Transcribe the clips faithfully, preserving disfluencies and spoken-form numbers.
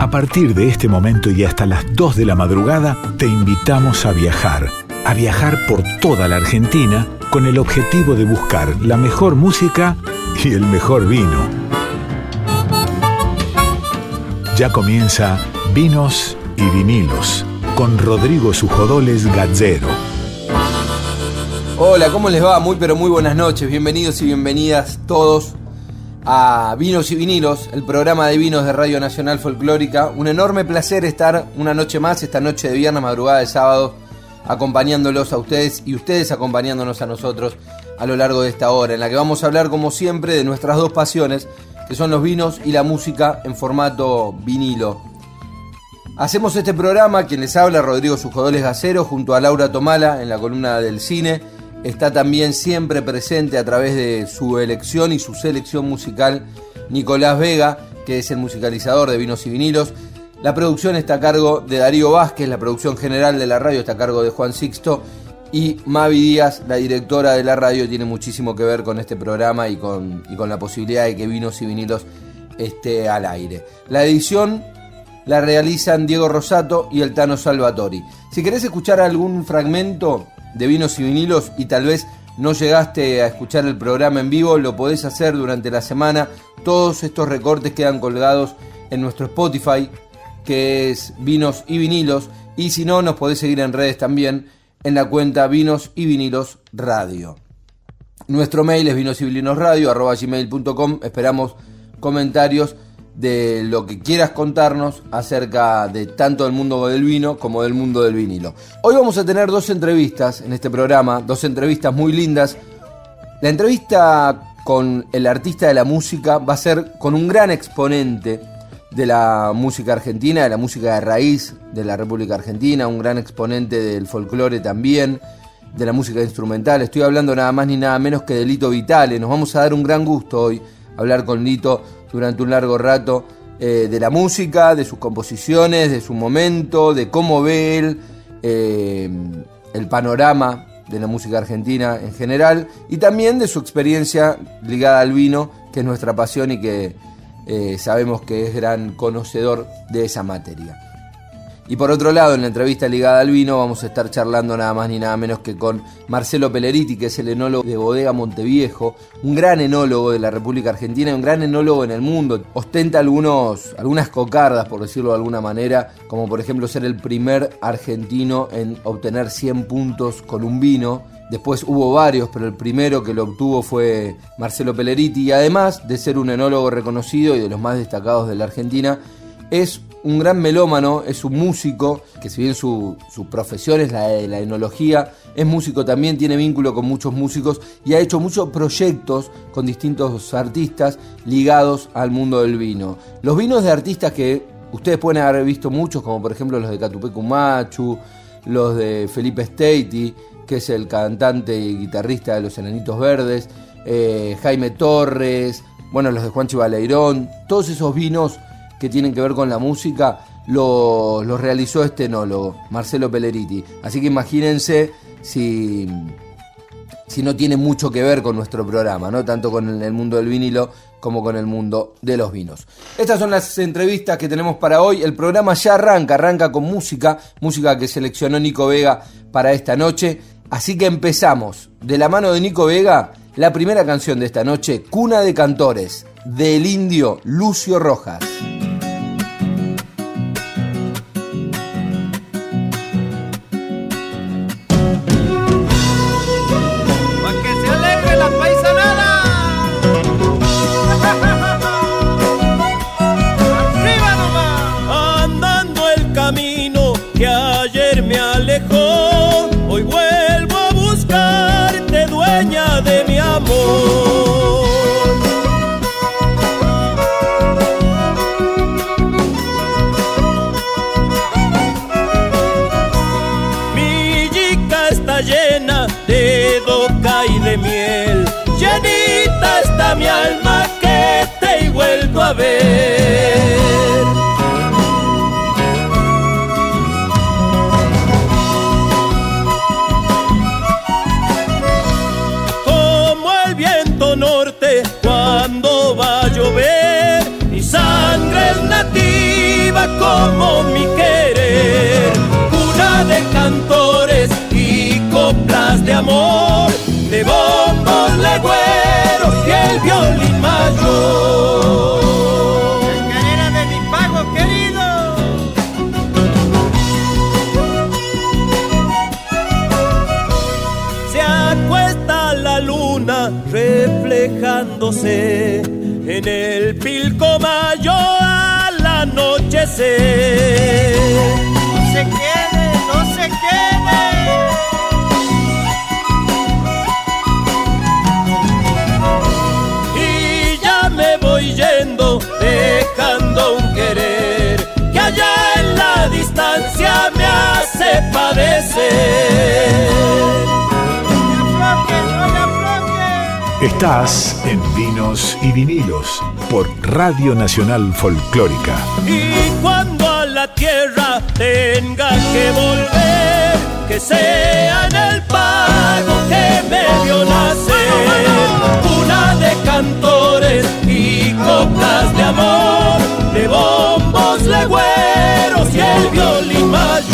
A partir de este momento y hasta las dos de la madrugada, te invitamos a viajar. A viajar por toda la Argentina con el objetivo de buscar la mejor música y el mejor vino. Ya comienza Vinos y Vinilos con Rodrigo Sujodoles Gazzero. Hola, ¿cómo les va? Muy pero muy buenas noches. Bienvenidos y bienvenidas todos a Vinos y Vinilos, el programa de vinos de Radio Nacional Folclórica. Un enorme placer estar una noche más, esta noche de viernes, madrugada de sábado, acompañándolos a ustedes y ustedes acompañándonos a nosotros a lo largo de esta hora, en la que vamos a hablar, como siempre, de nuestras dos pasiones, que son los vinos y la música en formato vinilo. Hacemos este programa, quien les habla, Rodrigo Sujodoles Gazzero, junto a Laura Tomala en la columna del cine. Está también siempre presente a través de su elección y su selección musical Nicolás Vega, que es el musicalizador de Vinos y Vinilos. La producción está a cargo de Darío Vázquez, la producción general de la radio está a cargo de Juan Sixto, y Mavi Díaz, la directora de la radio, tiene muchísimo que ver con este programa y con, y con la posibilidad de que Vinos y Vinilos esté al aire. La edición la realizan Diego Rosato y el Tano Salvatori. Si querés escuchar algún fragmento de Vinos y Vinilos y tal vez no llegaste a escuchar el programa en vivo, lo podés hacer durante la semana. Todos estos recortes quedan colgados en nuestro Spotify, que es Vinos y Vinilos, y si no, nos podés seguir en redes también en la cuenta Vinos y Vinilos Radio. Nuestro mail es vinosivinilos.radio arroba gmail punto com. Esperamos comentarios de lo que quieras contarnos acerca de tanto del mundo del vino como del mundo del vinilo. Hoy vamos a tener dos entrevistas en este programa, dos entrevistas muy lindas. La entrevista con el artista de la música va a ser con un gran exponente de la música argentina, de la música de raíz de la República Argentina, un gran exponente del folclore también, de la música instrumental. Estoy hablando nada más ni nada menos que de Lito Vitale. Nos vamos a dar un gran gusto hoy hablar con Lito durante un largo rato eh, de la música, de sus composiciones, de su momento, de cómo ve él eh, el panorama de la música argentina en general, y también de su experiencia ligada al vino, que es nuestra pasión y que eh, sabemos que es gran conocedor de esa materia. Y por otro lado, en la entrevista ligada al vino vamos a estar charlando nada más ni nada menos que con Marcelo Pelleriti, que es el enólogo de Bodega Monteviejo, un gran enólogo de la República Argentina y un gran enólogo en el mundo. Ostenta algunos, algunas cocardas, por decirlo de alguna manera, como por ejemplo ser el primer argentino en obtener cien puntos con un vino. Después hubo varios, pero el primero que lo obtuvo fue Marcelo Pelleriti, y además de ser un enólogo reconocido y de los más destacados de la Argentina, es un gran melómano, es un músico, que si bien su, su profesión es la de la enología, es músico también, tiene vínculo con muchos músicos y ha hecho muchos proyectos con distintos artistas ligados al mundo del vino. Los vinos de artistas que ustedes pueden haber visto muchos, como por ejemplo los de Catupecu Machu, los de Felipe Steiti, que es el cantante y guitarrista de Los Enanitos Verdes, eh, Jaime Torres, bueno, los de Juanchi Baleirón, todos esos vinos que tienen que ver con la música, los lo realizó este enólogo, Marcelo Pelleriti. Así que imagínense si, si no tiene mucho que ver con nuestro programa, ¿no? Tanto con el mundo del vinilo como con el mundo de los vinos. Estas son las entrevistas que tenemos para hoy. El programa ya arranca, arranca con música, música que seleccionó Nico Vega para esta noche. Así que empezamos, de la mano de Nico Vega, la primera canción de esta noche, Cuna de Cantores, del indio Lucio Rojas. Hoy vuelvo a buscarte, dueña de mi amor. Mi yica está llena de doca y de miel, llenita está mi alma que te he vuelto a ver. Norte, cuando va a llover, mi sangre es nativa como mi querer, cuna de cantores y coplas de amor, de bombos legüeros y el violín mayor. Chacarera de mi pago querido. Se acuesta la luna reflejándose en el pilco mayo al anochecer. No se quede, no se quede. Y ya me voy yendo, dejando un querer que allá en la distancia me hace padecer. Estás en Vinos y Vinilos por Radio Nacional Folclórica. Y cuando a la tierra tenga que volver, que sea en el pago que me vio nacer, cuna de cantores y coplas de amor, de bombos legüeros y el violín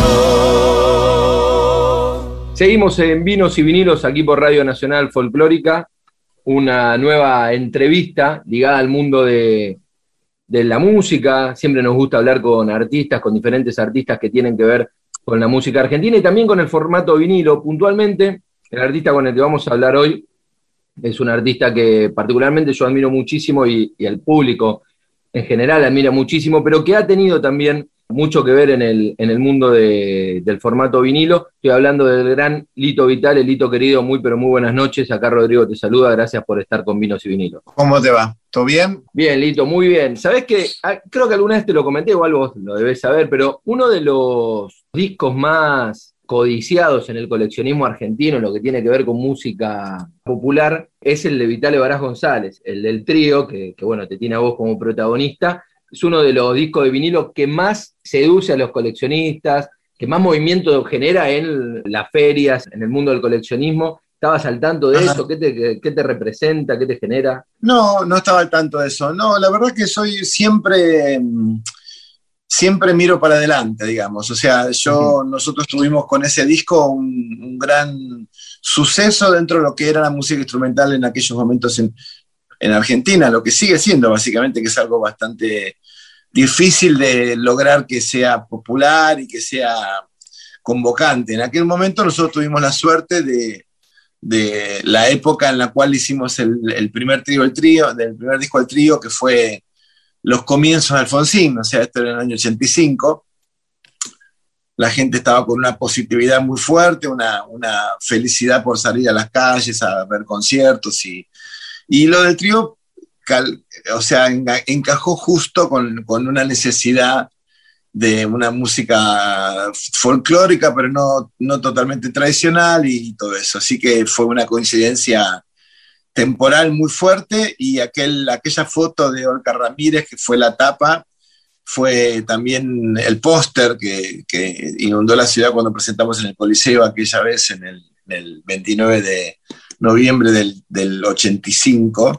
mayor. Seguimos en Vinos y Vinilos aquí por Radio Nacional Folclórica. Una nueva entrevista ligada al mundo de, de la música. Siempre nos gusta hablar con artistas, con diferentes artistas que tienen que ver con la música argentina y también con el formato vinilo. Puntualmente, el artista con el que vamos a hablar hoy es un artista que particularmente yo admiro muchísimo y, y el público en general admira muchísimo, pero que ha tenido también mucho que ver en el, en el mundo de, del formato vinilo. Estoy hablando del gran Lito Vitale. Lito querido, muy pero muy buenas noches. Acá Rodrigo te saluda, gracias por estar con Vinos y Vinilos. ¿Cómo te va? ¿Todo bien? Bien, Lito, muy bien. Sabés que, creo que alguna vez te lo comenté, igual vos lo debés saber, pero uno de los discos más codiciados en el coleccionismo argentino, en lo que tiene que ver con música popular, es el de Vitale Varas González, el del trío, que, que bueno, te tiene a vos como protagonista. Es uno de los discos de vinilo que más seduce a los coleccionistas, que más movimiento genera en las ferias, en el mundo del coleccionismo. ¿Estabas al tanto de Ajá. eso? ¿Qué te, qué, qué te representa? ¿Qué te genera? No, no estaba al tanto de eso. No, la verdad que soy siempre, siempre miro para adelante, digamos. O sea, yo, uh-huh. nosotros tuvimos con ese disco un, un gran suceso dentro de lo que era la música instrumental en aquellos momentos en, en Argentina, lo que sigue siendo básicamente, que es algo bastante difícil de lograr que sea popular y que sea convocante. En aquel momento nosotros tuvimos la suerte de, de la época en la cual hicimos el, el primer trío, el trío, del primer disco del trío, que fue los comienzos de Alfonsín, o sea, esto era en el año ochenta y cinco. La gente estaba con una positividad muy fuerte, una, una felicidad por salir a las calles a ver conciertos, y, y lo del trío Cal, o sea, encajó justo con, con una necesidad de una música folclórica, pero no, no totalmente tradicional y todo eso. Así que fue una coincidencia temporal muy fuerte, y aquel, aquella foto de Olga Ramírez, que fue la tapa, fue también el póster que, que inundó la ciudad cuando presentamos en el Coliseo aquella vez, en el, en el veintinueve de noviembre del, del ochenta y cinco.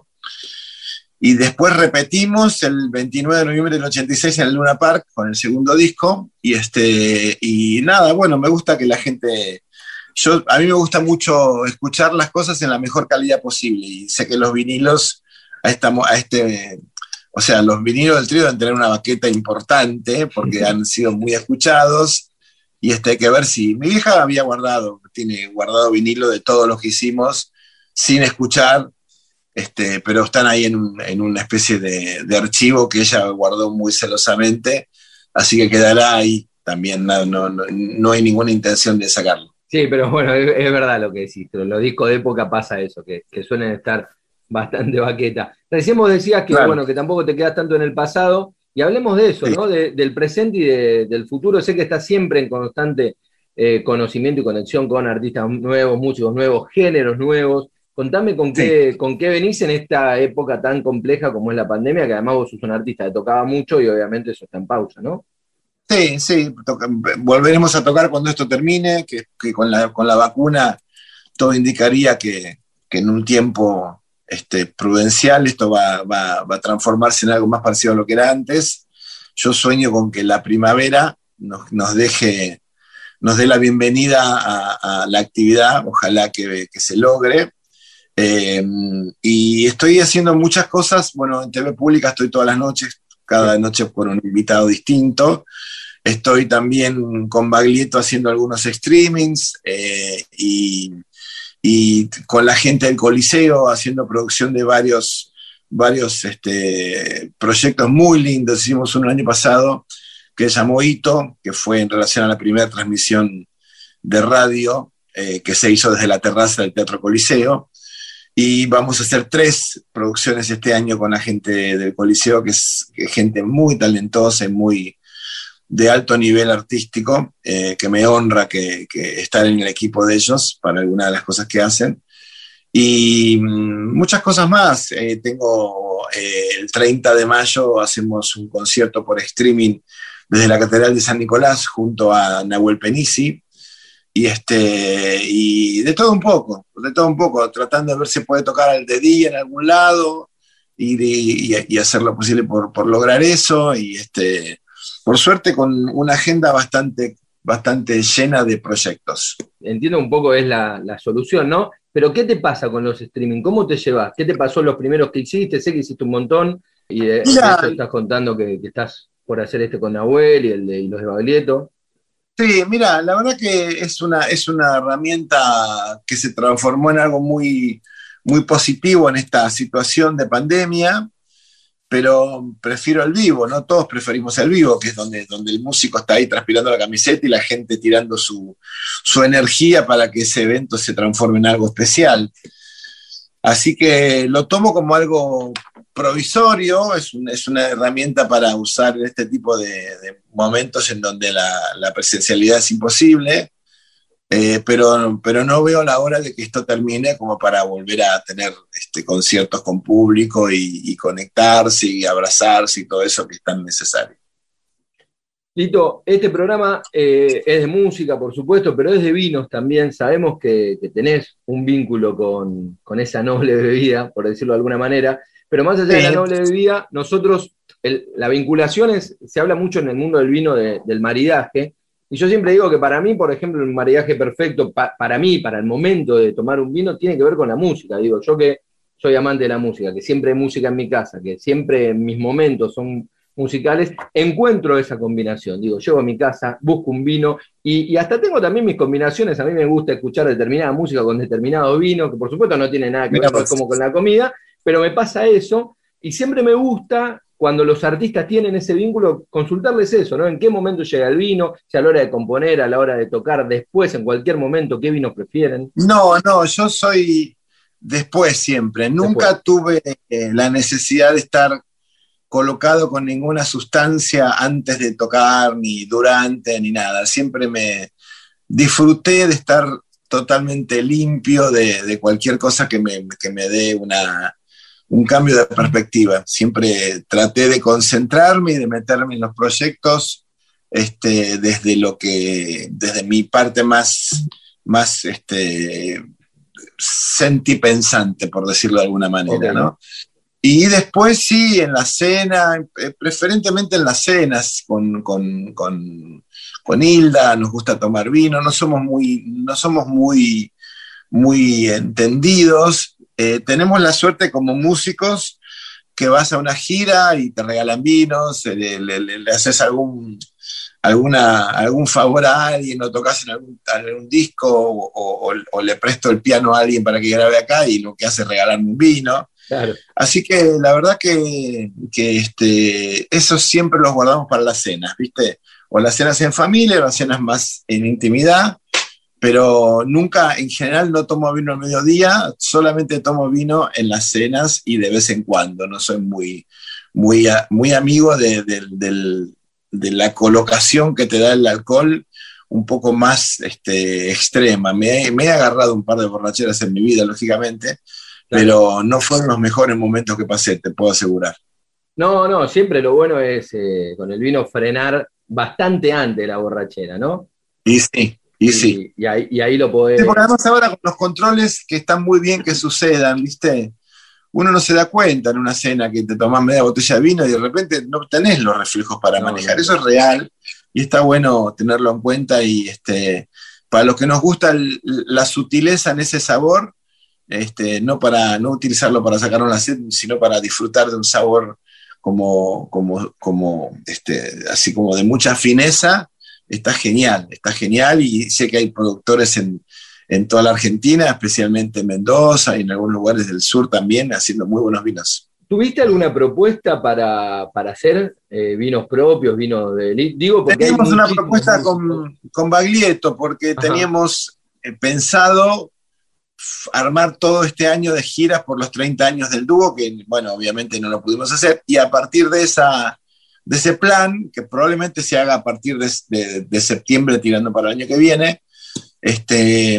Y después repetimos el veintinueve de noviembre del ochenta y seis en el Luna Park con el segundo disco. Y, este, y nada, bueno, me gusta que la gente... Yo, a mí me gusta mucho escuchar las cosas en la mejor calidad posible. Y sé que los vinilos, a, esta, a este... O sea, los vinilos del trío deben tener una baqueta importante porque han sido muy escuchados. Y este, hay que ver si... Mi vieja había guardado, tiene guardado vinilo de todos los que hicimos sin escuchar. Este, pero están ahí en, un, en una especie de, de archivo que ella guardó muy celosamente, así que quedará ahí también, no, no, no, no hay ninguna intención de sacarlo. Sí, pero bueno, es, es verdad lo que decís, los discos de época pasa eso, que, que suelen estar bastante baqueta. Recién vos decías que, claro, bueno, que tampoco te quedas tanto en el pasado, y hablemos de eso, sí, ¿no? De, del presente y de, del futuro. Sé que estás siempre en constante eh, conocimiento y conexión con artistas nuevos, músicos nuevos, géneros nuevos. Contame con, sí, qué, con qué venís en esta época tan compleja como es la pandemia, que además vos sos un artista que tocaba mucho y obviamente eso está en pausa, ¿no? Sí, sí, toca, volveremos a tocar cuando esto termine, que, que con, la, con la vacuna todo indicaría que, que en un tiempo este, prudencial esto va, va, va a transformarse en algo más parecido a lo que era antes, yo sueño con que la primavera nos, nos deje, nos dé la bienvenida a, a la actividad, ojalá que, que se logre. Eh, y estoy haciendo muchas cosas, bueno, en T V Pública estoy todas las noches, cada noche con un invitado distinto. Estoy también con Baglietto haciendo algunos streamings eh, y, y con la gente del Coliseo haciendo producción de varios, varios este, proyectos muy lindos. Hicimos uno el año pasado que se llamó Hito, que fue en relación a la primera transmisión de radio eh, que se hizo desde la terraza del Teatro Coliseo. Y vamos a hacer tres producciones este año con la gente del Coliseo, que es, que es gente muy talentosa y muy de alto nivel artístico, eh, que me honra que, que estar en el equipo de ellos para algunas de las cosas que hacen. Y mmm, muchas cosas más. Eh, tengo eh, el treinta de mayo hacemos un concierto por streaming desde la Catedral de San Nicolás junto a Nahuel Penisi. Y, este, y de todo un poco, de todo un poco, tratando de ver si puede tocar al de día en algún lado y, y, y hacer lo posible por, por lograr eso. Y este, por suerte con una agenda bastante, bastante llena de proyectos. Entiendo un poco es la, la solución, ¿no? Pero ¿qué te pasa con los streaming? ¿Cómo te llevas? ¿Qué te pasó los primeros que hiciste? Sé que hiciste un montón y de, de eso estás contando que, que estás por hacer este con Nahuel y, el de, y los de Baglietto. Sí, mira, la verdad que es una, es una herramienta que se transformó en algo muy, muy positivo en esta situación de pandemia, pero prefiero el vivo, ¿no? Todos preferimos el vivo, que es donde, donde el músico está ahí transpirando la camiseta y la gente tirando su, su energía para que ese evento se transforme en algo especial. Así que lo tomo como algo provisorio, es, un, es una herramienta para usar en este tipo de, de momentos en donde la, la presencialidad es imposible, eh, pero, pero no veo la hora de que esto termine como para volver a tener este, conciertos con público y, y conectarse y abrazarse y todo eso que es tan necesario. Lito, este programa eh, es de música, por supuesto, pero es de vinos también. Sabemos que, que tenés un vínculo con, con esa noble bebida, por decirlo de alguna manera, pero más allá sí. de la noble bebida, nosotros, el, la vinculación es, se habla mucho en el mundo del vino de, del maridaje, y yo siempre digo que para mí, por ejemplo, el maridaje perfecto, pa, para mí, para el momento de tomar un vino, tiene que ver con la música. Digo, yo que soy amante de la música, que siempre hay música en mi casa, que siempre mis momentos son musicales, encuentro esa combinación. Digo, llego a mi casa, busco un vino y, y hasta tengo también mis combinaciones. A mí me gusta escuchar determinada música con determinado vino, que por supuesto no tiene nada que ver pues, como con la comida, pero me pasa eso y siempre me gusta cuando los artistas tienen ese vínculo, consultarles eso, ¿no? En qué momento llega el vino, si a la hora de componer, a la hora de tocar, después, en cualquier momento, qué vino prefieren. No, no, yo soy después siempre. Nunca después. tuve eh, la necesidad de estar colocado con ninguna sustancia antes de tocar, ni durante, ni nada. Siempre me disfruté de estar totalmente limpio de, de cualquier cosa que me, que me dé una, un cambio de perspectiva. Siempre traté de concentrarme y de meterme en los proyectos este, desde lo que, desde mi parte más, más este, sentipensante, por decirlo de alguna manera, okay. ¿no? Y después sí, en la cena, preferentemente en las cenas con, con, con, con Hilda, nos gusta tomar vino, no somos muy, no somos muy, muy entendidos. Eh, tenemos la suerte como músicos que vas a una gira y te regalan vinos, le, le, le haces algún, alguna, algún favor a alguien o tocas en algún, algún disco o, o, o le presto el piano a alguien para que grabe acá y lo que hace es regalarme un vino. Claro. Así que la verdad que, que este, eso siempre los guardamos para las cenas, ¿viste? O las cenas en familia, o las cenas más en intimidad, pero nunca, en general, no tomo vino al mediodía, solamente tomo vino en las cenas y de vez en cuando. No soy muy, muy, muy amigo de, de, de, de la colocación que te da el alcohol un poco más este, extrema. Me, me he agarrado un par de borracheras en mi vida, lógicamente, pero no fueron los mejores momentos que pasé, te puedo asegurar. No, no, siempre lo bueno es eh, con el vino frenar bastante antes de la borrachera, ¿no? Y sí, y, y sí. Y ahí, y ahí lo podés... Sí, porque además ahora con los controles que están muy bien que sucedan, ¿viste? uno no se da cuenta en una cena que te tomás media botella de vino y de repente no tenés los reflejos para no, manejar. No, no. Eso es real y está bueno tenerlo en cuenta. Y este, para los que nos gusta el, la sutileza en ese sabor, este, no para no utilizarlo para sacar una sed, sino para disfrutar de un sabor como, como, como este, así como de mucha fineza, está genial, está genial. Y sé que hay productores en en toda la Argentina, especialmente en Mendoza y en algunos lugares del sur también, haciendo muy buenos vinos. ¿Tuviste alguna propuesta para, para hacer eh, vinos propios, vinos de elite? Digo porque teníamos una propuesta con, con Baglietto, porque Ajá. teníamos eh, pensado armar todo este año de giras por los treinta años del dúo, que bueno, obviamente no lo pudimos hacer, y a partir de, esa, de ese plan, que probablemente se haga a partir de, de, de septiembre tirando para el año que viene, Este,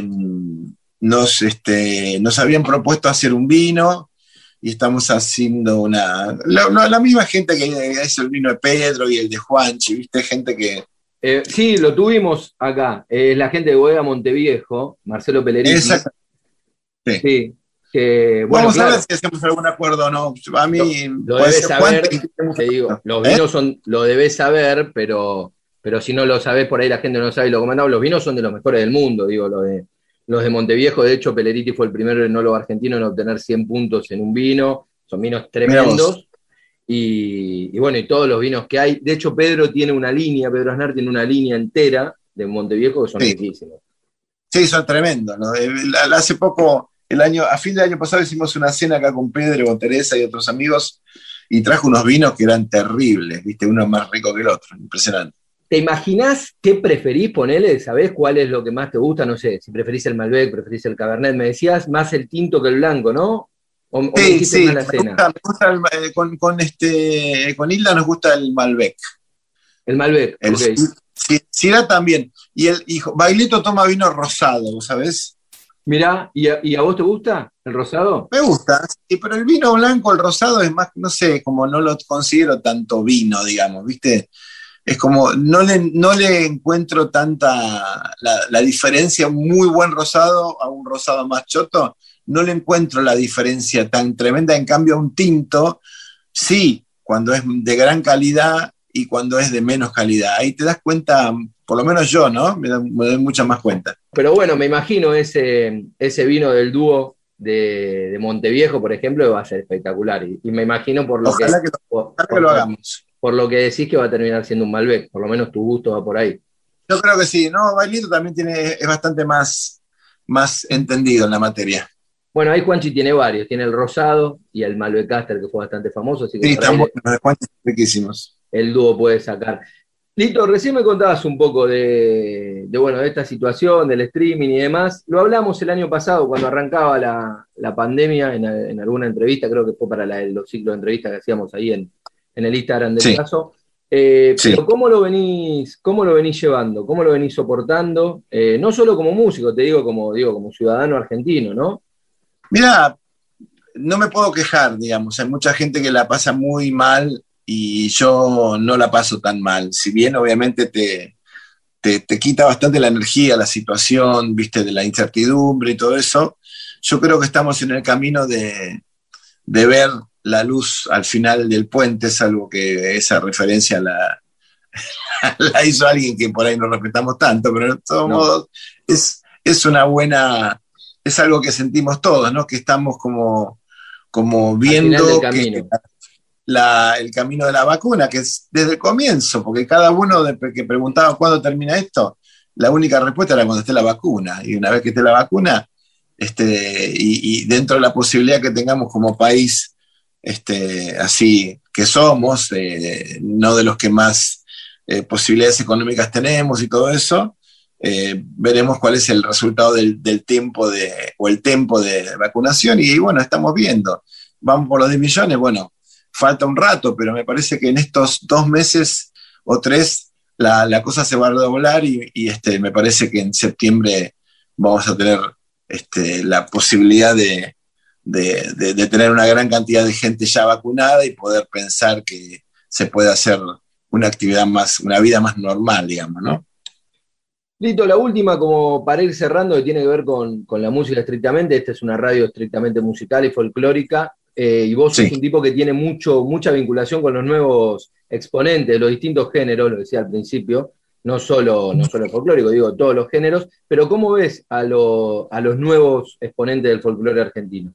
nos, este, nos habían propuesto hacer un vino y estamos haciendo una... La, la, la misma gente que hizo el vino de Pedro y el de Juanchi, ¿viste? Gente que... Eh, sí, lo tuvimos acá. Es eh, la gente de Bodega Monteviejo, Marcelo Pellerini. Exacto. Sí. sí que, bueno, Vamos claro. a ver si hacemos algún acuerdo o no. A mí... Lo, lo debes saber, te digo, los vinos ¿Eh? son... Lo debes saber, pero... Pero si no lo sabés, por ahí la gente no sabe y lo comentamos, los vinos son de los mejores del mundo, digo, los de, los de Monteviejo. De hecho, Pelleriti fue el primero enólogo argentino en obtener cien puntos en un vino, son vinos tremendos, y, y bueno, y todos los vinos que hay. De hecho, Pedro tiene una línea, Pedro Aznar tiene una línea entera de Monteviejo que son sí. riquísimos. Sí, son tremendos, ¿no? Hace poco, el año, a fin de año pasado hicimos una cena acá con Pedro, con Teresa y otros amigos, y trajo unos vinos que eran terribles, ¿viste? Uno más rico que el otro, impresionante. ¿Te imaginás qué preferís ponerle? ¿Sabés cuál es lo que más te gusta? No sé, si preferís el Malbec, preferís el Cabernet. Me decías más el tinto que el blanco, ¿no? ¿O, sí, o me dijiste sí, más la me cena? gusta, me gusta el, eh, con, con, este, con Hilda nos gusta el Malbec. El Malbec, el, ok. Sí, Syrah también. Y el hijo, Baglietto toma vino rosado, ¿sabés? Mirá, ¿y a, ¿y a vos te gusta el rosado? Me gusta, sí, pero el vino blanco, el rosado es más, no sé, como no lo considero tanto vino, digamos, ¿viste? Es como, no le, no le encuentro tanta la, la diferencia, un muy buen rosado a un rosado más choto, no le encuentro la diferencia tan tremenda. En cambio, un tinto, sí, cuando es de gran calidad y cuando es de menos calidad. Ahí te das cuenta, por lo menos yo, ¿no? Me, da, me doy mucha más cuenta. Pero bueno, me imagino ese, ese vino del dúo de, de Monteviejo, por ejemplo, va a ser espectacular. Y, y me imagino por lo ojalá que... que, lo, por, ojalá por, que lo hagamos. Por lo que decís que va a terminar siendo un Malbec, por lo menos tu gusto va por ahí. Yo creo que sí, ¿no? Baglietto también tiene, es bastante más, más entendido en la materia. Bueno, ahí Juanchi tiene varios, tiene el rosado y el Malbec Caster, que fue bastante famoso. Así que sí, están buenos, los de Juanchi riquísimos. El dúo puede sacar. Lito, recién me contabas un poco de, de, bueno, de esta situación, del streaming y demás. Lo hablamos el año pasado, cuando arrancaba la, la pandemia, en, en alguna entrevista, creo que fue para la, los ciclos de entrevistas que hacíamos ahí en, en el Instagram del sí. caso. Eh, sí. Pero ¿cómo lo venís, cómo lo venís llevando? ¿Cómo lo venís soportando? Eh, no solo como músico, te digo como, digo, como ciudadano argentino, ¿no? Mirá, no me puedo quejar, digamos. Hay mucha gente que la pasa muy mal y yo no la paso tan mal. Si bien obviamente te, te, te quita bastante la energía, la situación, viste, de la incertidumbre y todo eso, yo creo que estamos en el camino de, de ver la luz al final del puente, salvo que esa referencia la, la hizo alguien que por ahí no respetamos tanto, pero de todos no. modos es, es una buena, es algo que sentimos todos, ¿no? Que estamos como, como viendo que la, el camino de la vacuna, que es desde el comienzo, porque cada uno de, que preguntaba cuándo termina esto, la única respuesta era cuando esté la vacuna, y una vez que esté la vacuna, este, y, y dentro de la posibilidad que tengamos como país, Este, así que somos, eh, no de los que más eh, posibilidades económicas tenemos y todo eso, eh, veremos cuál es el resultado del, del tiempo de, o el tiempo de vacunación y, y bueno, estamos viendo, vamos por los diez millones, bueno, falta un rato, pero me parece que en estos dos meses o tres la, la cosa se va a redoblar y, y este, me parece que en septiembre vamos a tener este, la posibilidad de De, de, de tener una gran cantidad de gente ya vacunada y poder pensar que se puede hacer una actividad más, una vida más normal, digamos, ¿no? Lito, la última como para ir cerrando que tiene que ver con, con la música estrictamente. Esta es una radio estrictamente musical y folclórica. eh, y vos Sí. sos un tipo que tiene mucho, mucha vinculación con los nuevos exponentes de los distintos géneros, lo decía al principio, no solo, no solo el folclórico, digo todos los géneros, pero ¿cómo ves a, lo, a los nuevos exponentes del folclore argentino?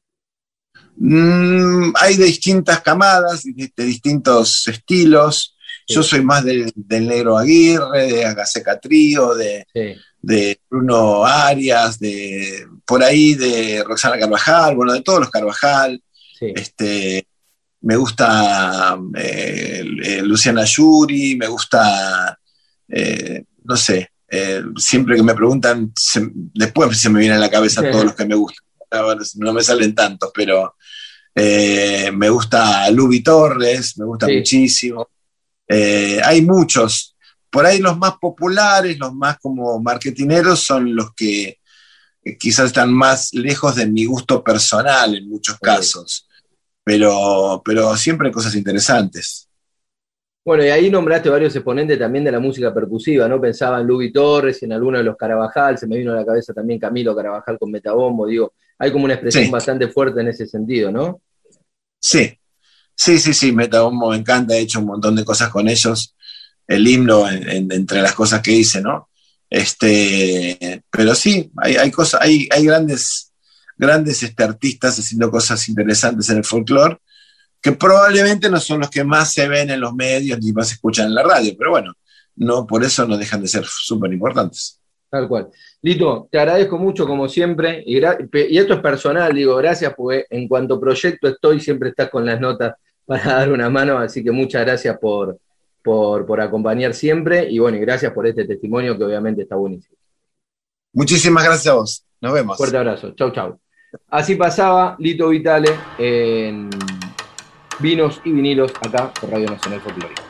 Mm, hay de distintas camadas, de, de distintos estilos. Sí. Yo soy más del, del Negro Aguirre, de Agaceca Trío, de, Sí, de Bruno Arias, de por ahí de Roxana Carvajal, bueno, de todos los Carvajal. sí. Este, me gusta eh, eh, Luciana Yuri, me gusta, eh, no sé, eh, siempre que me preguntan, se- después se me vienen a la cabeza todos los que me gustan. Ahora no me salen tantos, pero eh, me gusta Lubi Torres, me gusta Sí. muchísimo. Eh, hay muchos. Por ahí los más populares, los más como marketineros, son los que eh, quizás están más lejos de mi gusto personal en muchos Ok. casos. Pero, pero siempre hay cosas interesantes. Bueno, y ahí nombraste varios exponentes también de la música percusiva, ¿no? Pensaba en Lubi Torres y en alguno de los Carabajal, se me vino a la cabeza también Camilo Carabajal con Metabombo, digo, hay como una expresión Sí. bastante fuerte en ese sentido, ¿no? Sí, sí, sí, sí, Metabombo me encanta, he hecho un montón de cosas con ellos, el himno en- en- entre las cosas que hice, ¿no? Este, pero sí, hay, hay cosas, hay, hay grandes, grandes este, artistas haciendo cosas interesantes en el folclore, que probablemente no son los que más se ven en los medios ni más se escuchan en la radio, pero bueno, no por eso no dejan de ser súper importantes. Tal cual. Lito, te agradezco mucho como siempre, y, gra- pe- y esto es personal, digo, gracias, porque en cuanto proyecto estoy, siempre estás con las notas para dar una mano, así que muchas gracias por, por, por acompañar siempre, y bueno, y gracias por este testimonio que obviamente está buenísimo. Muchísimas gracias a vos, nos vemos. Fuerte abrazo, chau, chau. Así pasaba Lito Vitale en Vinos y Vinilos, acá por Radio Nacional Folclórica.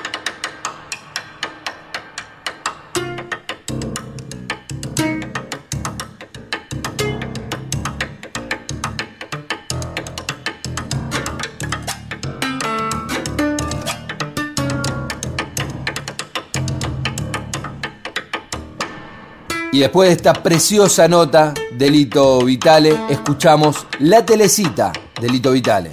Y después de esta preciosa nota de Lito Vitale, escuchamos La Telecita de Lito Vitale.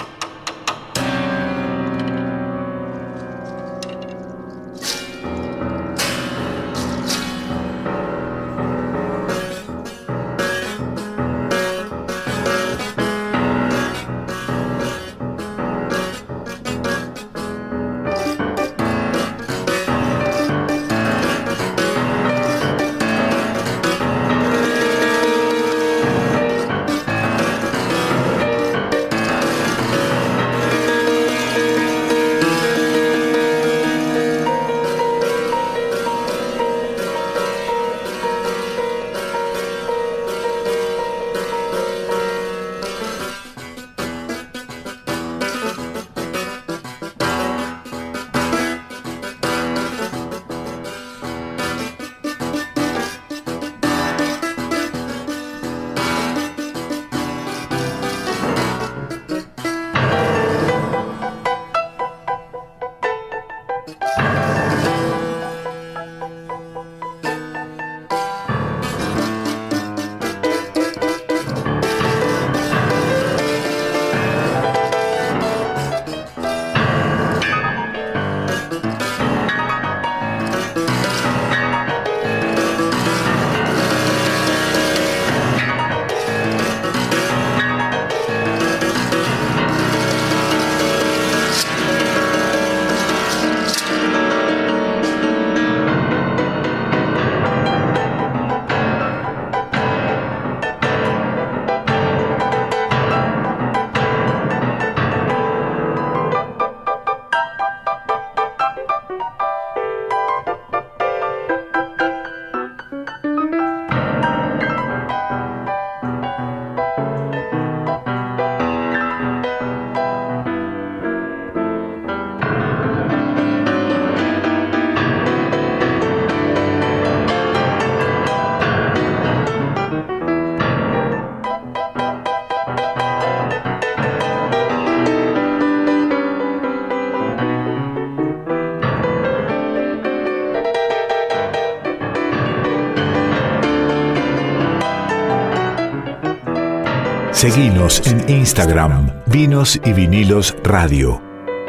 Seguinos en Instagram, Vinos y Vinilos Radio.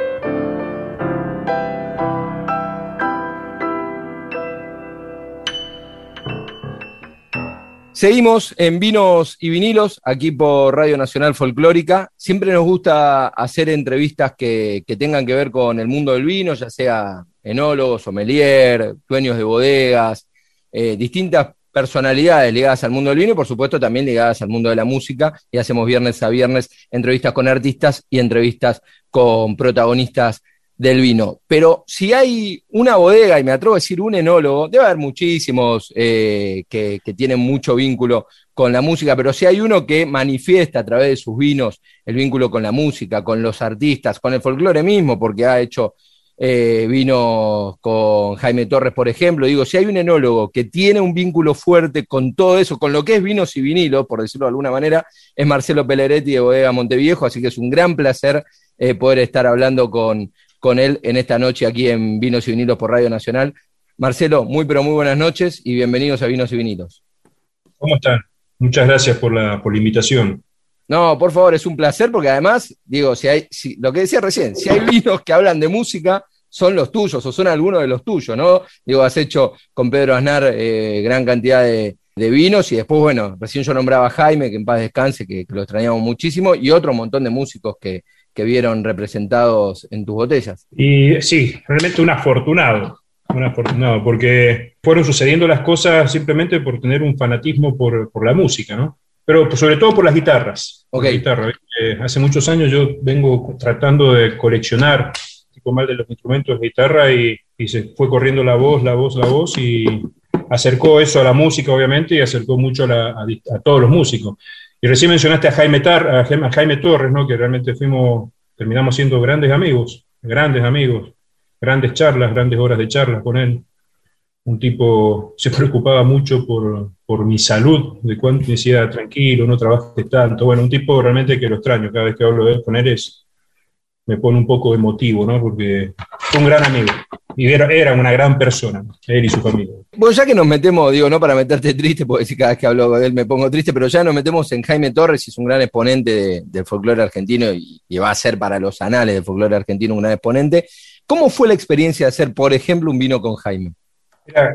Seguimos en Vinos y Vinilos, aquí por Radio Nacional Folclórica. Siempre nos gusta hacer entrevistas que, que tengan que ver con el mundo del vino, ya sea enólogos, sommelier, dueños de bodegas, eh, distintas personalidades ligadas al mundo del vino y por supuesto también ligadas al mundo de la música, y hacemos viernes a viernes entrevistas con artistas y entrevistas con protagonistas del vino. Pero si hay una bodega, y me atrevo a decir un enólogo, debe haber muchísimos eh, que, que tienen mucho vínculo con la música, pero si hay uno que manifiesta a través de sus vinos el vínculo con la música, con los artistas, con el folclore mismo, porque ha hecho eh, vinos con Jaime Torres, por ejemplo, digo, si hay un enólogo que tiene un vínculo fuerte con todo eso, con lo que es vinos y vinilos, por decirlo de alguna manera, es Marcelo Pellegretti de Bodega Monteviejo, así que es un gran placer eh, poder estar hablando con con él en esta noche aquí en Vinos y Vinilos por Radio Nacional. Marcelo, muy pero muy buenas noches y bienvenidos a Vinos y Vinilos. ¿Cómo están? Muchas gracias por la, por la invitación. No, por favor, es un placer porque además, digo, si hay, si, lo que decía recién, si hay vinos que hablan de música, son los tuyos o son algunos de los tuyos, ¿no? Digo, has hecho con Pedro Aznar eh, gran cantidad de, de vinos y después, bueno, recién yo nombraba a Jaime, que en paz descanse, que, que lo extrañamos muchísimo, y otro montón de músicos que que vieron representados en tus botellas. Y sí, realmente un afortunado, un afortunado, porque fueron sucediendo las cosas simplemente por tener un fanatismo por, por la música, ¿no? Pero sobre todo por las guitarras. Okay. Por la guitarra. Eh, hace muchos años yo vengo tratando de coleccionar tipo mal de los instrumentos de guitarra y, y se fue corriendo la voz, la voz, la voz y acercó eso a la música, obviamente, y acercó mucho a, la, a, a todos los músicos. Y recién mencionaste a Jaime, Tar, a Jaime, a Jaime Torres, ¿no? Que realmente fuimos, terminamos siendo grandes amigos, grandes amigos, grandes charlas, grandes horas de charlas con él. Un tipo se preocupaba mucho por, por mi salud, de cuánto decía, tranquilo, no trabajes tanto. Bueno, un tipo realmente que lo extraño, cada vez que hablo de él con él es, me pone un poco emotivo, ¿no? Porque fue un gran amigo. Y era, era una gran persona, él y su familia. Bueno, ya que nos metemos, digo, no para meterte triste, porque si cada vez que hablo de él me pongo triste, pero ya nos metemos en Jaime Torres, y es un gran exponente de, del folclore argentino y, y va a ser para los anales del folclore argentino un gran exponente. ¿Cómo fue la experiencia de hacer, por ejemplo, un vino con Jaime? Era,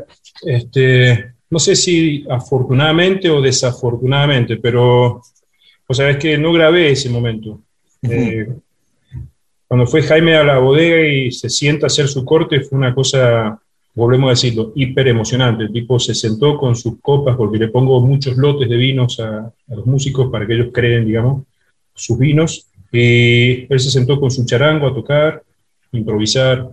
este, no sé si afortunadamente o desafortunadamente, pero vos sabés que no grabé ese momento. Uh-huh. Eh, Cuando fue Jaime a la bodega y se sienta a hacer su corte, fue una cosa, volvemos a decirlo, hiper emocionante. El tipo se sentó con sus copas, porque le pongo muchos lotes de vinos a, a los músicos para que ellos creen, digamos, sus vinos. Y él se sentó con su charango a tocar, improvisar.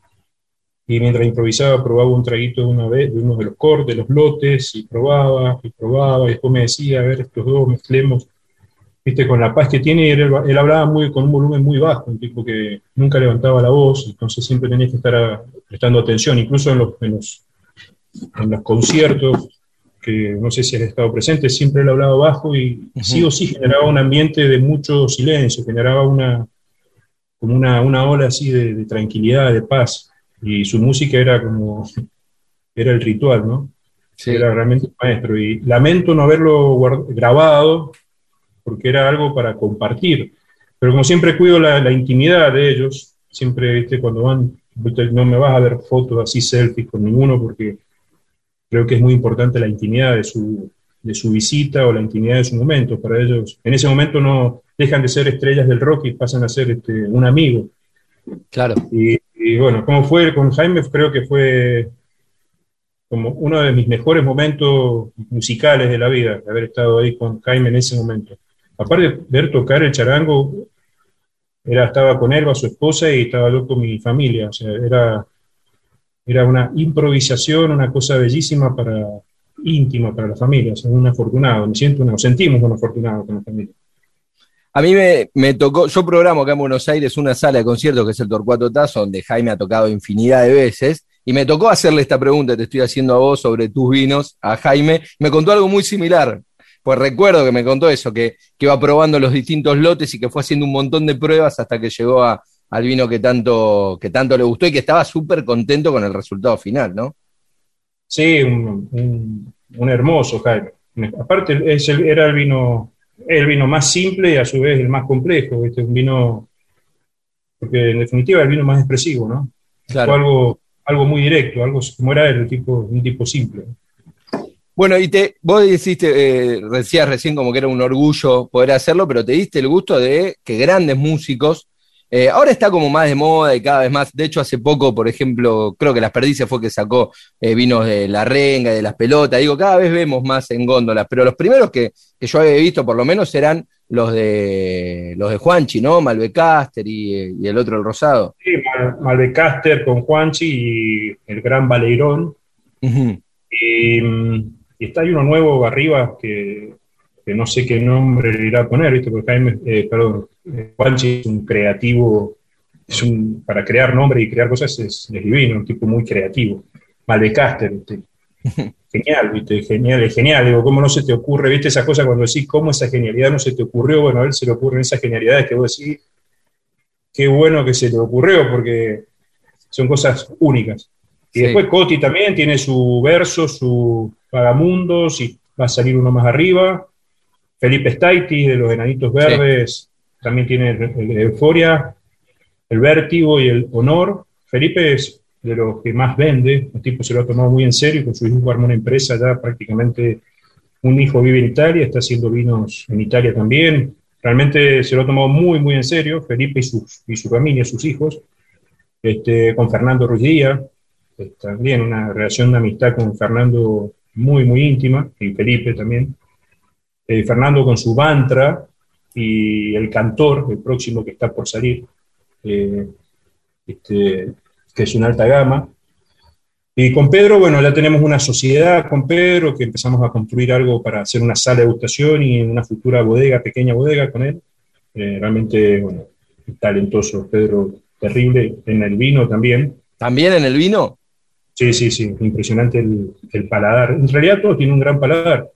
Y mientras improvisaba, probaba un traguito de una vez, de uno de los cortes, de los lotes, y probaba, y probaba, y después me decía, a ver, estos dos mezclemos. Viste, con la paz que tiene, él, él hablaba muy, con un volumen muy bajo, un tipo que nunca levantaba la voz, entonces siempre tenías que estar a, prestando atención, incluso en los, en, los, en los conciertos, que no sé si has estado presente, siempre él hablaba bajo y uh-huh. sí o sí generaba un ambiente de mucho silencio, generaba una, como una, una ola así de, de tranquilidad, de paz, y su música era como, era el ritual, ¿no? Sí. Era realmente un maestro, y lamento no haberlo guard- grabado, porque era algo para compartir. Pero como siempre cuido la, la intimidad de ellos, siempre, viste, cuando van, no me vas a ver fotos así, selfies con ninguno, porque creo que es muy importante la intimidad de su, de su visita o la intimidad de su momento. Para ellos, en ese momento no dejan de ser estrellas del rock y pasan a ser este, un amigo. Claro. Y, y bueno, como fue con Jaime, creo que fue como uno de mis mejores momentos musicales de la vida, haber estado ahí con Jaime en ese momento. Aparte de ver tocar el charango, era, estaba con Elba, su esposa, y estaba yo con mi familia. O sea, era, era una improvisación, una cosa bellísima, para, íntima para la familia. O sea, un afortunado, me siento, nos sentimos un afortunado con la familia. A mí me, me tocó, yo programo acá en Buenos Aires una sala de conciertos que es el Torcuato Tazo, donde Jaime ha tocado infinidad de veces, y me tocó hacerle esta pregunta que te estoy haciendo a vos sobre tus vinos, a Jaime. Me contó algo muy similar. Pues recuerdo que me contó eso, que, que iba probando los distintos lotes y que fue haciendo un montón de pruebas hasta que llegó a, al vino que tanto, que tanto le gustó y que estaba súper contento con el resultado final, ¿no? Sí, un, un, un hermoso Jaime. Aparte, es el, era el vino, es el vino más simple y a su vez el más complejo, ¿viste? Un vino, porque en definitiva es el vino más expresivo, ¿no? Claro. Fue algo, algo muy directo, algo como era el tipo, un tipo simple. Bueno, y te, vos hiciste, eh, decías recién como que era un orgullo poder hacerlo, pero te diste el gusto de que grandes músicos, eh, ahora está como más de moda y cada vez más, de hecho hace poco, por ejemplo, creo que Las Perdices fue que sacó eh, vinos de La Renga, de Las Pelotas, digo, cada vez vemos más en góndolas, pero los primeros que, que yo había visto por lo menos eran los de los de Juanchi, ¿no? Malbecaster y, y el otro, el Rosado. Sí, Mal, Malbecaster con Juanchi y el Gran Baleirón. Uh-huh. Y, y está ahí uno nuevo arriba que, que no sé qué nombre le irá a poner, ¿viste? Porque Jaime, eh, perdón, eh, Juanchi es un creativo, es un, para crear nombres y crear cosas es, es divino, un tipo muy creativo. Malbecaster, ¿viste? Genial, ¿viste? Genial, es genial. Digo, ¿cómo no se te ocurre, viste, esa cosa cuando decís cómo esa genialidad no se te ocurrió? Bueno, a él se le ocurren esas genialidades que vos decís, qué bueno que se te ocurrió, porque son cosas únicas. Y sí. Después Coti también tiene su verso, su Vagamundos, y va a salir uno más arriba. Felipe Staiti, de los Enanitos Verdes, sí. También tiene el, el Euforia, el Vértigo y el Honor. Felipe es de los que más vende, el tipo se lo ha tomado muy en serio, con su hijo armó una empresa ya prácticamente, un hijo vive en Italia, está haciendo vinos en Italia también. Realmente se lo ha tomado muy, muy en serio, Felipe y, sus, y su familia, sus hijos, este, con Fernando Ruiz Díaz. También una relación de amistad con Fernando muy, muy íntima, y Felipe también. Eh, Fernando con su Mantra, y el Cantor, el próximo que está por salir, eh, este, que es una alta gama. Y con Pedro, bueno, ya tenemos una sociedad con Pedro, que empezamos a construir algo para hacer una sala de degustación y una futura bodega, pequeña bodega con él. Eh, realmente, bueno, talentoso, Pedro, terrible, en el vino también. ¿También en el vino? Sí, sí, sí, impresionante el, el paladar. En realidad todo tiene un gran paladar.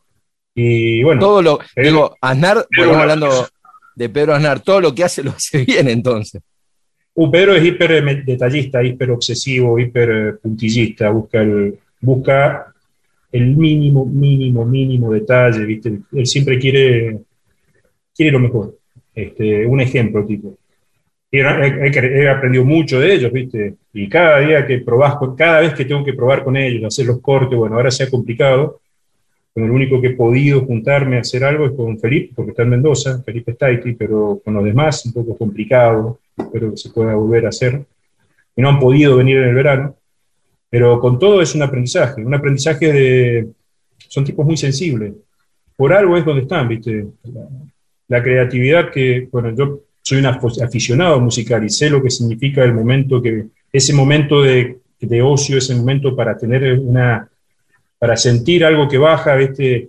Y bueno. Todo lo, Pedro, digo, Aznar, Pedro, bueno, hablando de Pedro Aznar, todo lo que hace lo hace bien entonces. Uh, Pedro es hiper detallista, hiper obsesivo, hiper puntillista, busca el, busca el mínimo, mínimo, mínimo detalle, ¿viste? Él siempre quiere, quiere lo mejor. Este, un ejemplo, tipo. He, he, he aprendido mucho de ellos, ¿viste? Y cada día que probás, cada vez que tengo que probar con ellos, hacer los cortes, bueno, ahora se ha complicado. Con el único que he podido juntarme a hacer algo es con Felipe, porque está en Mendoza, Felipe Staiti, pero con los demás un poco complicado, espero que se pueda volver a hacer. Y no han podido venir en el verano, pero con todo es un aprendizaje, un aprendizaje de... Son tipos muy sensibles. Por algo es donde están, ¿viste? La, la creatividad que, bueno, yo soy un aficionado musical y sé lo que significa el momento que, ese momento de, de ocio, ese momento para tener una, para sentir algo que baja, ¿viste?